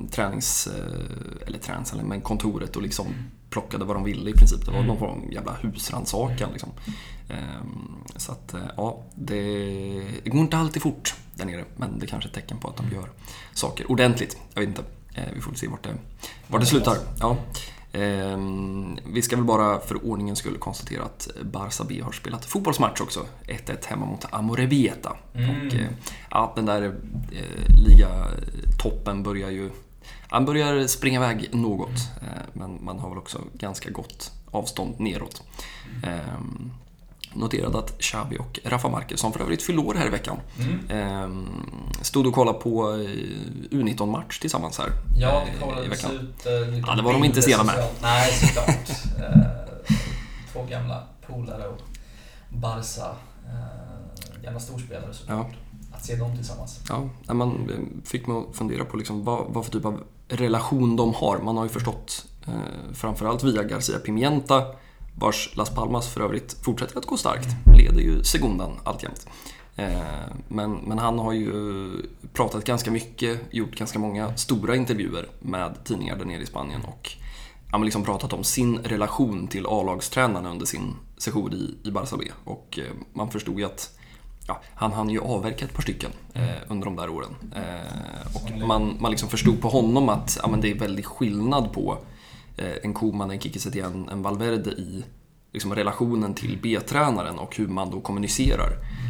men kontoret och liksom plockade vad de ville i princip. Det var någon form av jävla husrannsakan liksom. Så att det går inte alltid fort där nere, men det är kanske är ett tecken på att de gör saker ordentligt. Jag vet inte, vi får se vart det slutar. Vi ska väl bara för ordningen skulle konstatera att Barça B har spelat fotbollsmatch också. 1-1 hemma mot Amorebieta. Och den där ligatoppen börjar ju... Han börjar springa iväg något, men man har väl också ganska gott avstånd neråt. Noterade att Xavi och Rafa Marquez, som för övrigt fyllde år här i veckan, stod och kollade på U19-match tillsammans här i veckan. Ja, det var de inte sena med. Nej, såklart. Två gamla polare och Barça, gamla storspelare såklart. Ja. Att se dem tillsammans. Ja, man fick mig att fundera på liksom vad för typ av relation de har. Man har ju förstått framförallt via Garcia Pimienta, vars Las Palmas för övrigt fortsätter att gå starkt. Leder ju segundan alltjämt. Men han har ju pratat ganska mycket, gjort ganska många stora intervjuer med tidningar där nere i Spanien och han har liksom pratat om sin relation till A-lagstränarna under sin session i Barça B. Och man förstod ju att han hann ju avverka ett par stycken under de där åren. Och man liksom förstod på honom att det är väldigt skillnad på en Koeman, en Quique Setién, en Valverde i liksom relationen till B-tränaren och hur man då kommunicerar.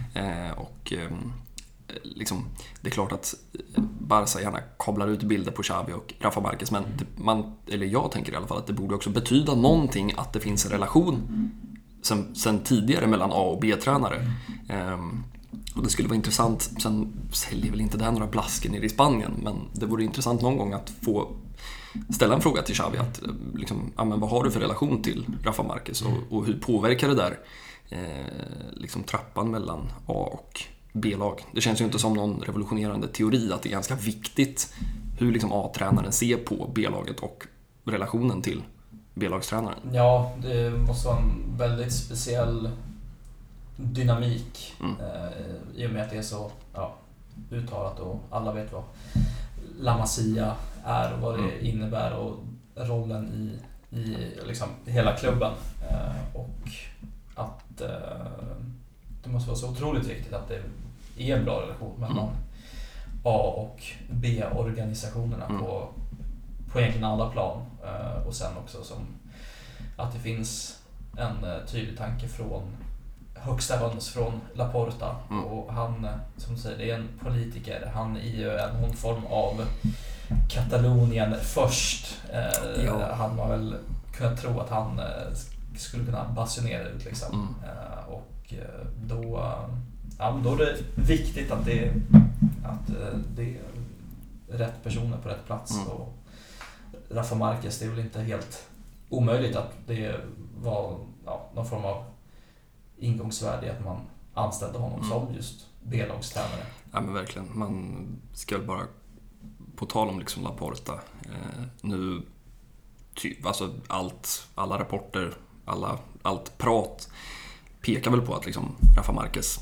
Liksom, det är klart att Barça gärna kablar ut bilder på Xavi och Rafa Marquez, men jag tänker i alla fall att det borde också betyda någonting att det finns en relation sen tidigare mellan A- och B-tränare. Och det skulle vara intressant, sen säljer väl inte det här några blasker nere i Spanien, men det vore intressant någon gång att få ställa en fråga till Xavi att liksom, vad har du för relation till Rafa Marquez och hur påverkar det där liksom trappan mellan A- och B-lag. Det känns ju inte som någon revolutionerande teori att det är ganska viktigt hur liksom A-tränaren ser på B-laget och relationen till B-lagstränaren. Ja, det måste vara en väldigt speciell dynamik i och med att det är så uttalat och alla vet vad La Masia är och vad det innebär och rollen i liksom hela klubben och att det måste vara så otroligt viktigt att det är en bra relation mellan A- och B-organisationerna på egentligen alla plan och sen också som att det finns en tydlig tanke från högsta höns från Laporta och han, som säger, det är en politiker, han är ju någon form av Katalonien först. Han var väl kunnat tro att han skulle kunna basunera ut liksom. Och då är det viktigt att det är rätt personer på rätt plats och Rafa Marquez, det är väl inte helt omöjligt att det var någon form av ingångsvärde att man anställde honom som just B-lagstränare. Ja, men verkligen. Man ska bara på tal om liksom Laporta nu alltså alla rapporter, allt prat pekar väl på att liksom Rafa Marquez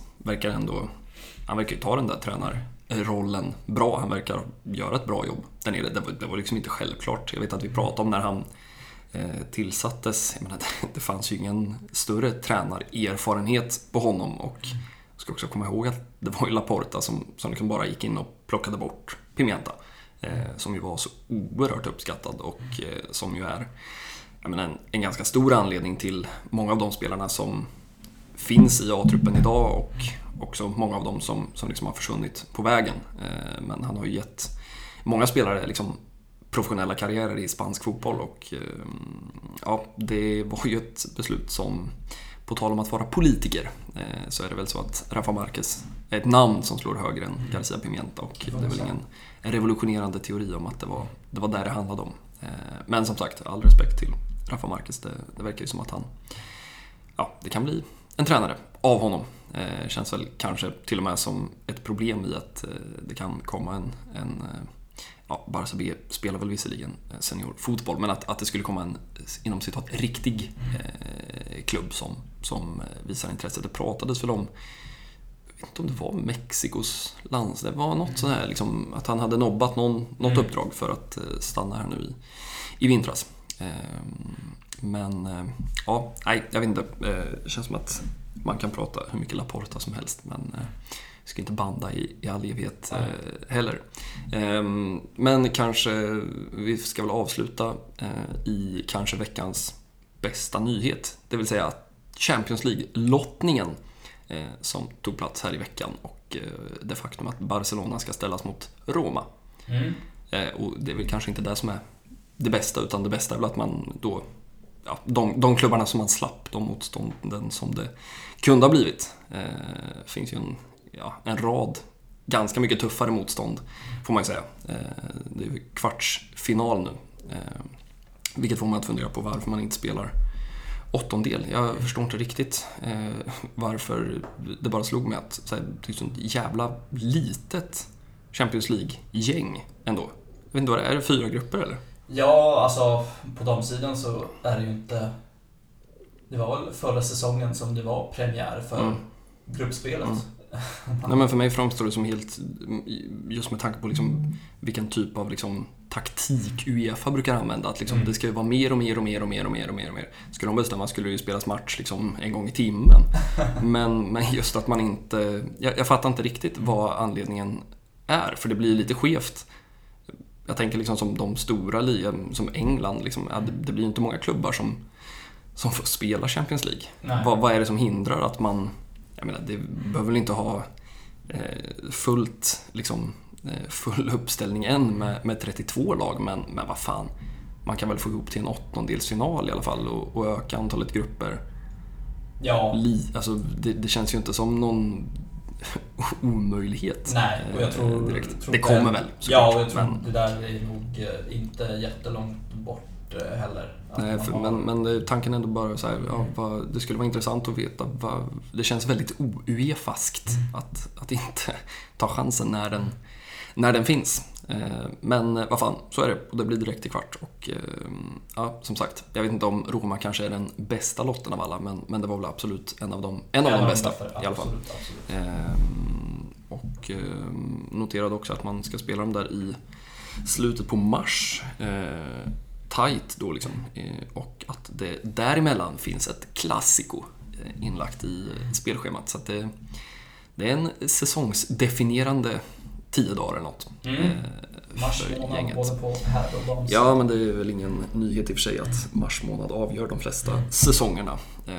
han verkar ta den där tränarrollen bra. Han verkar göra ett bra jobb där nere. Det var liksom inte självklart. Jag vet att vi pratade om när han tillsattes. Jag menar, det fanns ju ingen större tränarerfarenhet på honom och jag ska också komma ihåg att det var ju Laporta som liksom bara gick in och plockade bort Pimienta som ju var så oerhört uppskattad och som ju är en ganska stor anledning till många av de spelarna som finns i A-truppen idag och också många av dem som liksom har försvunnit på vägen. Men han har ju gett många spelare liksom professionella karriärer i spansk fotboll och det var ju ett beslut som, på tal om att vara politiker, så är det väl så att Rafa Marquez är ett namn som slår högre än Garcia Pimienta och det är väl ingen revolutionerande teori om att det var där det handlade om. Men som sagt, all respekt till Rafa Marquez, det verkar ju som att han det kan bli en tränare av honom. Känns väl kanske till och med som ett problem i att det kan komma en Barça B spelar väl visserligen seniorfotboll, men att det skulle komma en inom citat riktig klubb som visar intresse. Det pratades väl om, jag vet inte om det var Mexikos lands, det var något sådär liksom, att han hade nobbat något uppdrag för att stanna här nu i vintras. Men jag vet inte, det känns som att man kan prata hur mycket Laporta som helst, men ska inte banda i all evighet heller. Men kanske vi ska väl avsluta i kanske veckans bästa nyhet. Det vill säga Champions League-lottningen som tog plats här i veckan och det faktum att Barcelona ska ställas mot Roma. Och det är väl kanske inte det som är det bästa, utan det bästa är väl att man då de klubbarna som man slapp, de motstånden som det kunde ha blivit. Finns ju en rad ganska mycket tuffare motstånd, får man ju säga. Det är ju kvartsfinal nu, vilket får man att fundera på varför man inte spelar åttondel. Jag förstår inte riktigt varför det bara slog mig att det är så jävla litet Champions League-gäng ändå. Jag vet inte vad det är, det 4 grupper eller? Ja, alltså på de sidan så är det ju inte... Det var väl förra säsongen som det var premiär för gruppspelet. Nej, men för mig framstår det som helt, just med tanke på liksom vilken typ av liksom taktik UEFA brukar använda, att liksom det ska ju vara mer och mer. Skulle de bestämma skulle det ju spelas match liksom en gång i timmen. Men just att man inte, jag fattar inte riktigt vad anledningen är, för det blir lite skevt. Jag tänker liksom som de stora ligan som England liksom, det blir ju inte många klubbar som får spela Champions League. Vad är det som hindrar att man, jag menar, det behöver väl inte ha full uppställning än med 32 lag, men vad fan, man kan väl få ihop till en 8-delsfinal i alla fall och öka antalet grupper. Ja. Alltså det känns ju inte som någon omöjlighet. Nej, och jag tror direkt. Det kommer väl. Ja, och jag tror det där är nog inte jättelångt bort heller. Nej, men tanken är ändå bara så här, det skulle vara intressant att veta det känns väldigt UEFA-faskt att inte ta chansen när den finns. Men vad fan, så är det, och det blir direkt i kvart. Och som sagt, jag vet inte om Roma kanske är den bästa lotten av alla, men det var väl absolut en av de bästa i alla fall. Absolut. Och noterade också att man ska spela dem där i slutet på mars, tight då liksom, och att det däremellan finns ett klassiko inlagt i spelschemat, så att det är en säsongsdefinierande 10 dagar eller något. Mars månad både på här och dam. Ja, men det är väl ingen nyhet i och för sig att mars månad avgör de flesta säsongerna.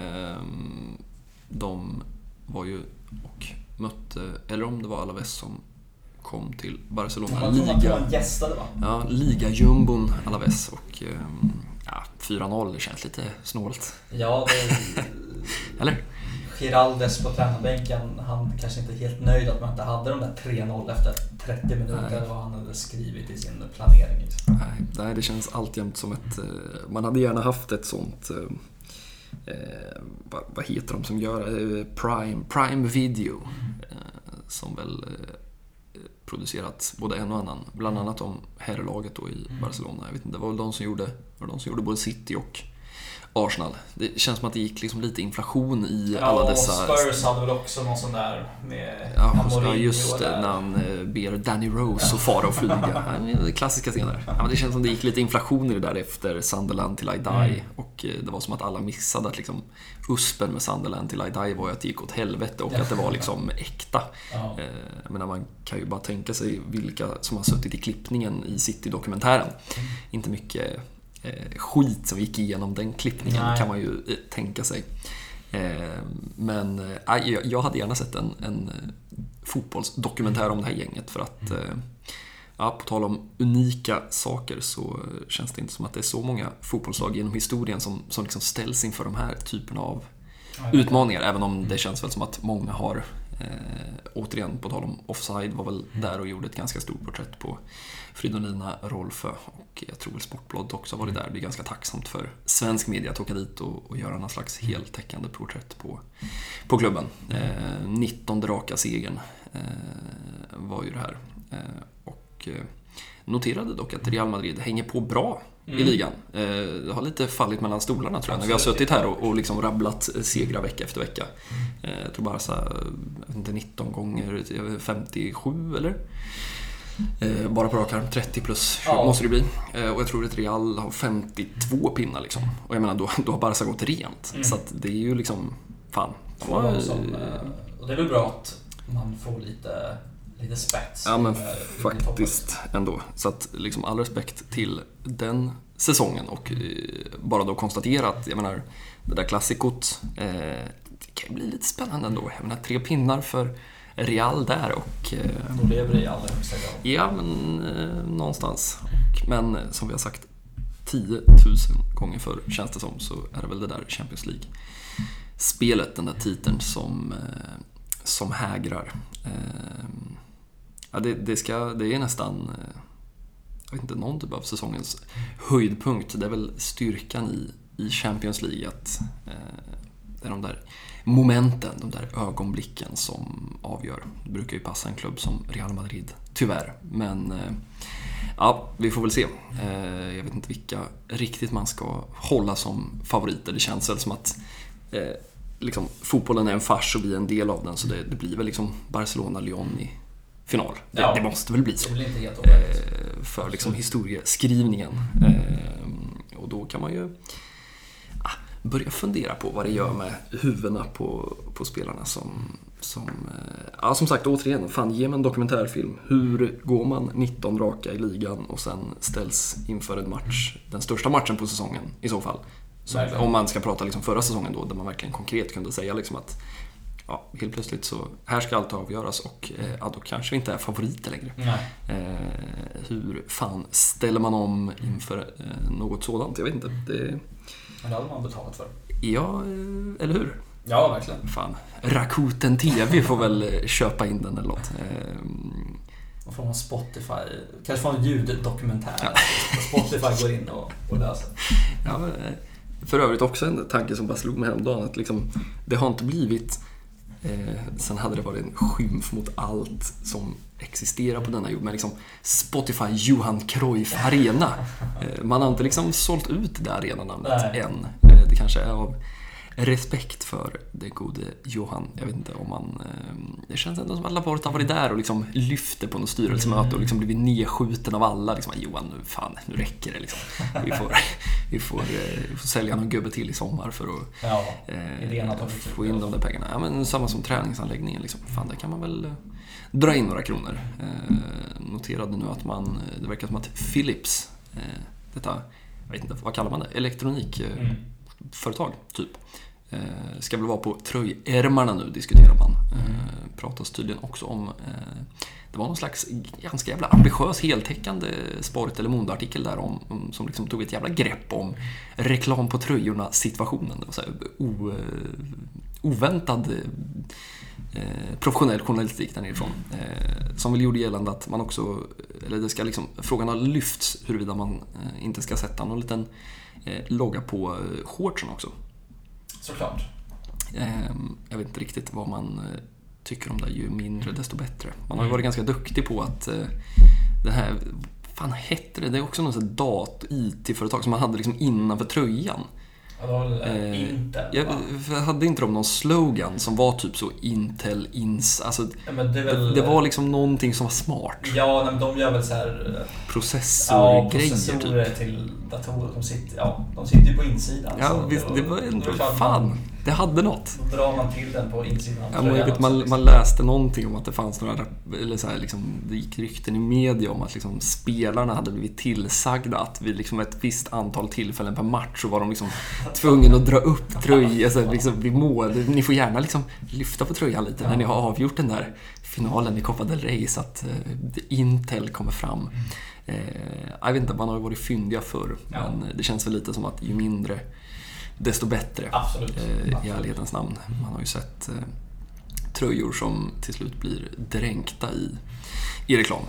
De var ju och mötte, eller om det var Alaves som kom till Barcelona Liga-jumbon Alaves, och 4-0, det känns lite snålt. Ja, eller? Giraldes på tränarbänken, han kanske inte är helt nöjd att man inte hade de där 3-0 efter 30 minuter vad han hade skrivit i sin planering. Nej, det känns alltjämt som ett... Man hade gärna haft ett sånt... vad heter de som gör Prime Video, som väl producerat både en och annan, bland annat om herrlaget då i Barcelona. Jag vet inte, det var väl de som gjorde både City och Arsenal. Det känns som att det gick liksom lite inflation i alla dessa... Spurs hade väl också någon sån där med just det, när han ber Danny Rose och fara och flyga. Det klassiska scener. Ja, men det känns som det gick lite inflation i det där efter Sunderland till I Die, och det var som att alla missade att liksom uspen med Sunderland till I Die var att det gick åt helvete och att det var liksom äkta. Men man kan ju bara tänka sig vilka som har suttit i klippningen i City-dokumentären. Inte mycket skit som gick igenom den klippningen. Kan man ju tänka sig. Men jag hade gärna sett en fotbollsdokumentär om det här gänget, för att på tal om unika saker så känns det inte som att det är så många fotbollslag genom historien som liksom ställs inför de här typerna av utmaningar, även om det känns väl som att många har återigen, på tal om offside, var väl där och gjorde ett ganska stort porträtt på Fridolina Rolfö, och jag tror väl Sportbladet också var det där. Det är ganska tacksamt för svensk media att åka dit och göra någon slags heltäckande porträtt på klubben. 19 raka segern var ju det här, och noterade dock att Real Madrid hänger på bra i ligan. Det har lite fallit mellan stolarna, tror jag, när vi har suttit här och liksom rabblat segrar vecka efter vecka. Jag tror bara så här, inte 19 gånger 57 eller? Bara på rak arm, 30 plus 20 måste det bli. Och jag tror att Real har 52 pinnar liksom. Och jag menar, då har Barca gått rent. Så att det är ju liksom, fan. Och det är väl bra att man får lite spets. Ja, men faktiskt ändå. Så att liksom all respekt till den säsongen och bara då konstatera att jag menar, det där klassikot det kan bli lite spännande ändå. Jag menar, 3 pinnar för Real där och... Då lever det i allra högsta grad. Ja, men någonstans. Men som vi har sagt 10 000 gånger förr, känns det som, så är det väl det där Champions League-spelet, den där titeln som hägrar. Ja, det är nästan, jag vet inte, någon typ av säsongens höjdpunkt. Det är väl styrkan i Champions League att det är de där momenten, de där ögonblicken som avgör. Det brukar ju passa en klubb som Real Madrid, tyvärr. Men ja, vi får väl se. Jag vet inte vilka riktigt man ska hålla som favoriter. Det känns väl som att liksom, fotbollen är en fars och vi är en del av den. Så det blir väl liksom Barcelona-Lyon i final. Det måste väl bli så. Det blir inte helt för liksom historieskrivningen. Och då kan man ju börja fundera på vad det gör med huvudena på spelarna som sagt, återigen, fan, ge mig en dokumentärfilm. Hur går man 19 raka i ligan och sen ställs inför en match, den största matchen på säsongen i så fall. Så, om man ska prata liksom förra säsongen då, där man verkligen konkret kunde säga liksom att helt plötsligt så här ska allt avgöras och då kanske vi inte är favoriter längre. Hur fan ställer man om inför något sådant? Jag vet inte. Men det hade man betalat för. Ja, eller hur? Ja, verkligen. Fan, Rakuten TV får väl köpa in den eller något. Och från Spotify, kanske från ljuddokumentär. Ja. Spotify går in och löser. Ja, men, för övrigt också en tanke som bara slog mig häromdagen, att liksom, det har inte blivit sen hade det varit en skymf mot allt som existerar på denna jord, men liksom Spotify Johan Cruyff Arena, man har inte liksom sålt ut det där arenanamnet än. Det kanske är av respekt för det gode Johan. Jag vet inte om man... Det känns ändå som att Laporta har varit där och liksom lyfte på något styrelsemöte och liksom blivit nedskjuten av alla. Liksom, Johan, nu räcker det. Liksom. Vi får sälja någon gubbe till i sommar för att få in de där pengarna. Ja, men samma som träningsanläggningen. Liksom. Fan, där kan man väl dra in några kronor. Noterade nu att det verkar som att Philips, detta, jag vet inte, vad kallar man det? Elektronikföretag, typ. Ska väl vara på tröjärmarna nu, diskuterar man. Pratas tydligen också om det var någon slags ganska jävla ambitiös heltäckande Sport eller Mondo-artikel där som liksom tog ett jävla grepp om reklam på tröjorna situationen. Det var så här oväntad professionell journalistik där nerifrån, som väl gjorde gällande att man också, eller det ska liksom, frågan har lyfts huruvida man inte ska sätta någon liten logga på shortsen också. Såklart. Jag vet inte riktigt vad man tycker om det. Ju mindre desto bättre. Man har ju varit ganska duktig på att den här, fan hette det? Det är också något sånt IT-företag som man hade liksom innanför tröjan. Intel. Jag hade inte de någon slogan som var typ så Intel alltså, det var liksom någonting som var smart. Ja, men de gör väl så här processorgrejer typ till datorer. De sitter ju på insidan. Ja, så visst, det var ändå fan. Det hade något. Då drar man till den på insidan. Ja, men jag vet, man läste någonting om att det fanns några, eller så här, liksom, det gick rykten i media om att liksom, spelarna hade blivit tillsagda att vid liksom, ett visst antal tillfällen per match så var de liksom tvungna att dra upp tröjan, alltså, liksom, vid mål. Ni får gärna liksom, lyfta på tröjan lite när ni har avgjort den där finalen i Copa del Rey, så att Intel kommer fram. Jag vet inte, man har varit fyndiga förr, men det känns väl lite som att ju mindre desto bättre. Absolut. I ärlighetens namn. Man har ju sett tröjor som till slut blir dränkta i reklam.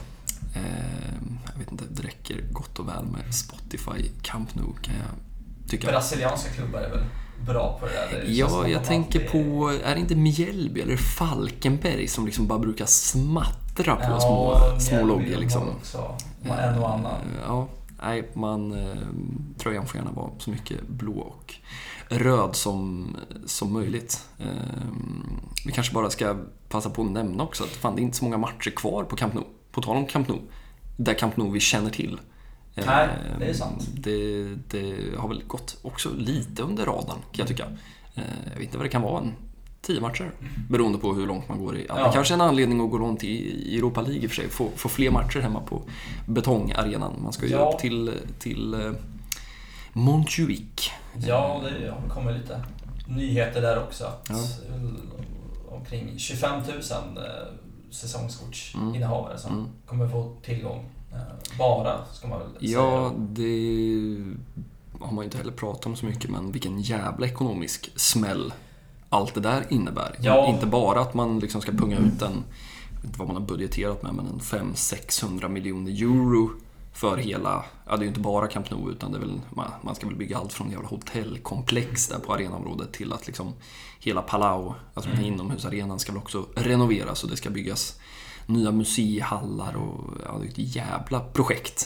Jag vet inte, det räcker gott och väl med Spotify Camp Nou, kan jag tycka. Brasilianska klubbar är väl bra på det där. Ja, jag tänker på, är det inte Mjällby eller Falkenberg som liksom bara brukar smattra på små loggor liksom. En och annan. Ja. Nej, tröjan får gärna vara så mycket blå och röd som möjligt. Vi kanske bara ska passa på att nämna också att fan, det är inte så många matcher kvar på Camp Nou. På tal om Camp Nou, där Camp Nou vi känner till. Nej, det är sant. Det har väl gått också lite under radarn, kan jag tycka. Jag vet inte vad det kan vara, 10 matcher. Beroende på hur långt man går i. Det kanske är en anledning att gå runt i Europa League i och för sig. Få fler matcher hemma på betongarenan. Man ska ju upp till Montjuic. Ja, det har kommit lite nyheter där också. Att omkring 25 000 säsongskortsinnehavare som kommer få tillgång. Bara, ska man väl säga. Ja, det har man inte heller pratat om så mycket, men vilken jävla ekonomisk smäll allt det där innebär. Ja. Inte bara att man liksom ska punga ut inte vad man har budgeterat med, men en 500-600 miljoner euro för hela, det är ju inte bara Camp Nou, utan det är väl, man ska väl bygga allt från jävla hotellkomplex där på arenaområdet till att liksom hela Palau, alltså den här inomhusarenan, ska väl också renoveras och det ska byggas nya museihallar och det är ett jävla projekt.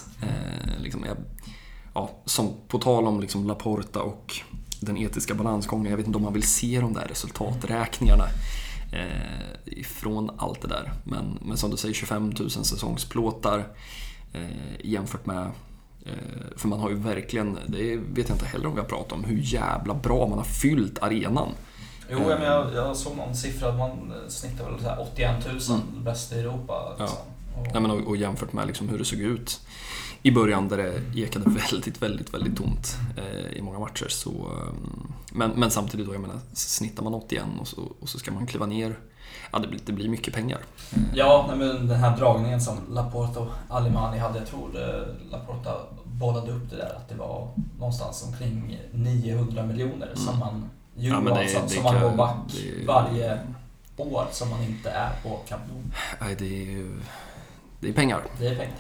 Som på tal om liksom Laporta och den etiska balansgången, jag vet inte om man vill se de där resultaträkningarna ifrån allt det där, men som du säger, 25 000 säsongsplåtar jämfört med, för man har ju verkligen, det vet jag inte heller om vi har pratat om, hur jävla bra man har fyllt arenan. Jo, men jag såg någon siffra att man snittar väl så här 81 000 bäst i Europa. Liksom. Och jämfört med liksom hur det såg ut i början där det ekade väldigt, väldigt, väldigt tomt i många matcher. Så, men samtidigt då, jag menar, snittar man 81 och så ska man kliva ner. Det blir mycket pengar. Ja, men den här dragningen som Laporta och Alemani hade, jag tror Laporta bollade upp det där, att det var någonstans omkring 900 miljoner som man som man går back varje år som man inte är på Camp Nou. Nej, det är pengar. Det är pengar.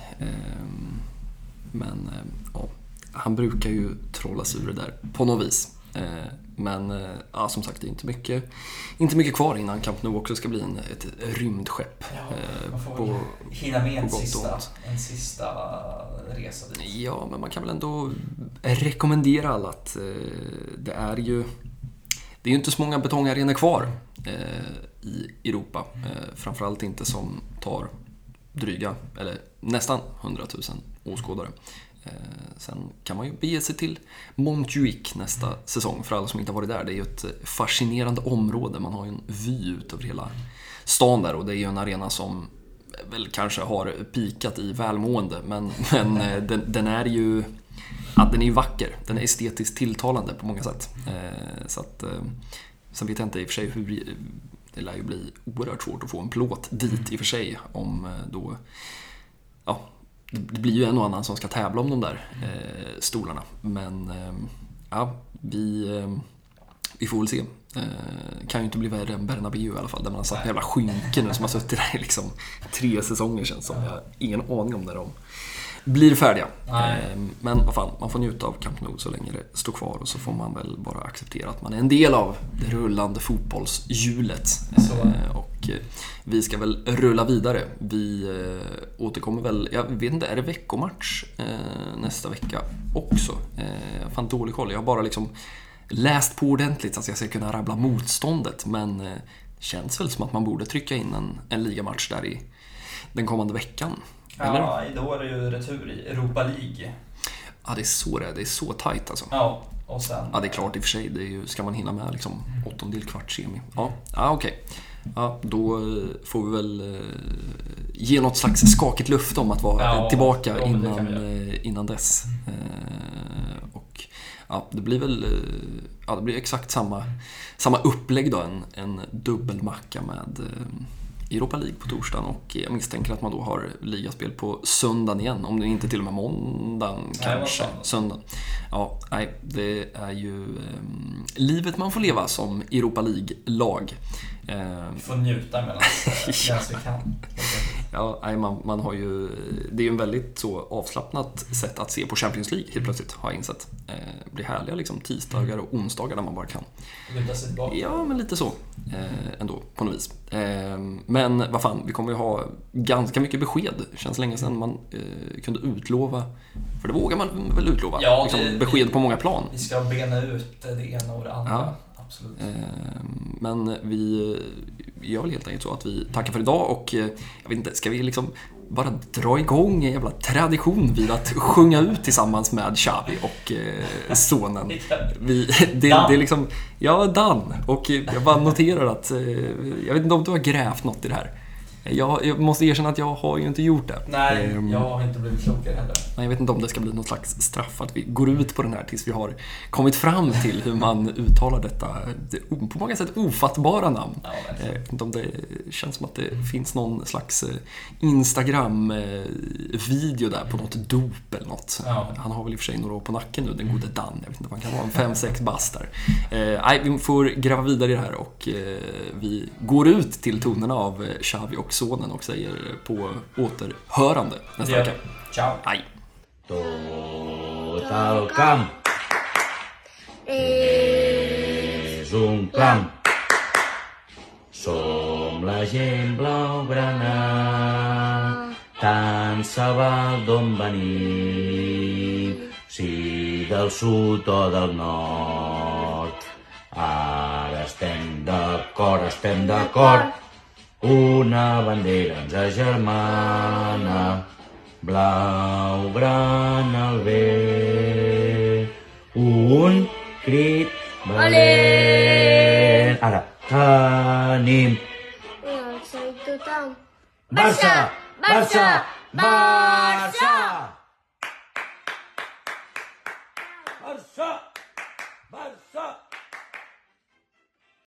Men han brukar ju trollas ur det där på något vis. Men som sagt, det är inte mycket kvar innan Camp Nou också ska bli ett rymdskepp. Man får hinna med en sista resa dit. Ja, men man kan väl ändå rekommendera alla att det är ju inte så många betongarenor kvar i Europa. Framförallt inte som tar dryga, eller nästan 100 000 åskådare. Sen kan man ju bege sig till Montjuic nästa säsong, för alla som inte har varit där. Det är ju ett fascinerande område. Man har ju en vy ut över hela stan där, och det är ju en arena som väl kanske har pikat i välmående, men den är ju den är ju vacker. Den är estetiskt tilltalande på många sätt. Så att sen vet jag inte i och för sig hur det lär ju bli oerhört svårt att få en plåt dit i och för sig, om då det blir ju en och annan som ska tävla om de där stolarna. Men vi får väl se. Kan ju inte bli värre än Bernabéu i alla fall, där man har satt jävla skynken nu som har suttit där i liksom 3 säsonger sedan, som jag har ingen aning om när de blir färdiga. Men vad fan, man får njuta av Camp Nou så länge det står kvar, och så får man väl bara acceptera att man är en del av det rullande fotbollshjulet. Och vi ska väl rulla vidare. Vi återkommer väl, jag vet inte, är det veckomatch nästa vecka också? Fan, dålig koll. Jag har bara liksom läst på ordentligt så att jag ska kunna rabbla motståndet, men känns väl som att man borde trycka in en ligamatch där i den kommande veckan. Eller? Ja, då är det ju retur i Europa League. Ja, det är så tajt alltså. Ja, och sen... Ja, det är klart i och för sig. Det är ju, ska man hinna med liksom 8:e kvart semi. Ja, okej. Ja, då får vi väl ge något slags skakigt luft om att vara tillbaka innan dess. Och det blir väl det blir exakt samma upplägg då, en dubbelmacka med Europa League på torsdagen, och jag misstänker att man då har ligaspel på söndagen igen, om det inte till och med måndagen kanske. Söndagen. Ja, nej, det är ju livet man får leva som Europa League-lag. Vi får njuta medan vi kan. Ja, nej, man har ju, det är ju en väldigt så avslappnat sätt att se på Champions League helt plötsligt, har jag insett. Det blir härliga liksom tisdagar och onsdagar där man bara kan. Ja, men lite så ändå på något vis. Men vad fan, vi kommer ju ha ganska mycket besked. Det känns länge sedan man kunde utlova, för det vågar man väl utlova, liksom, besked på många plan. Vi ska bena ut det ena och det andra. Ja. Absolut. Men vi gör väl helt enkelt så att vi tackar för idag, och jag vet inte, ska vi liksom bara dra igång en jävla tradition vid att sjunga ut tillsammans med Xavi och sonen. Det är liksom, Dan. Och jag bara noterar att jag vet inte om du har grävt något i det här. Jag måste erkänna att jag har ju inte gjort det. Nej, jag har inte blivit klokare heller. Jag vet inte om det ska bli någon slags straff att vi går ut på den här tills vi har kommit fram till hur man uttalar detta på många sätt ofattbara namn. Ja, jag vet inte om det känns som att det finns någon slags Instagram-video där på något dop eller något. Ja. Han har väl i och för sig några år på nacken nu, den gode Dan. Jag vet inte, man kan vara en 5-6 bast där. Nej, vi får gräva vidare i det här och vi går ut till tonerna av Xavi och sonen och säger på återhörande nästa vecka. Ciao. Hej. Tot el camp és un camp. Som la gent blaugrana, tant se val d'on venim, si del sud o del nord. Ara estem d'acord, una bandera ens agermana, blaugrana al bé, un crit valent. Ara, tenim Barça! Barça! Barça! Barça!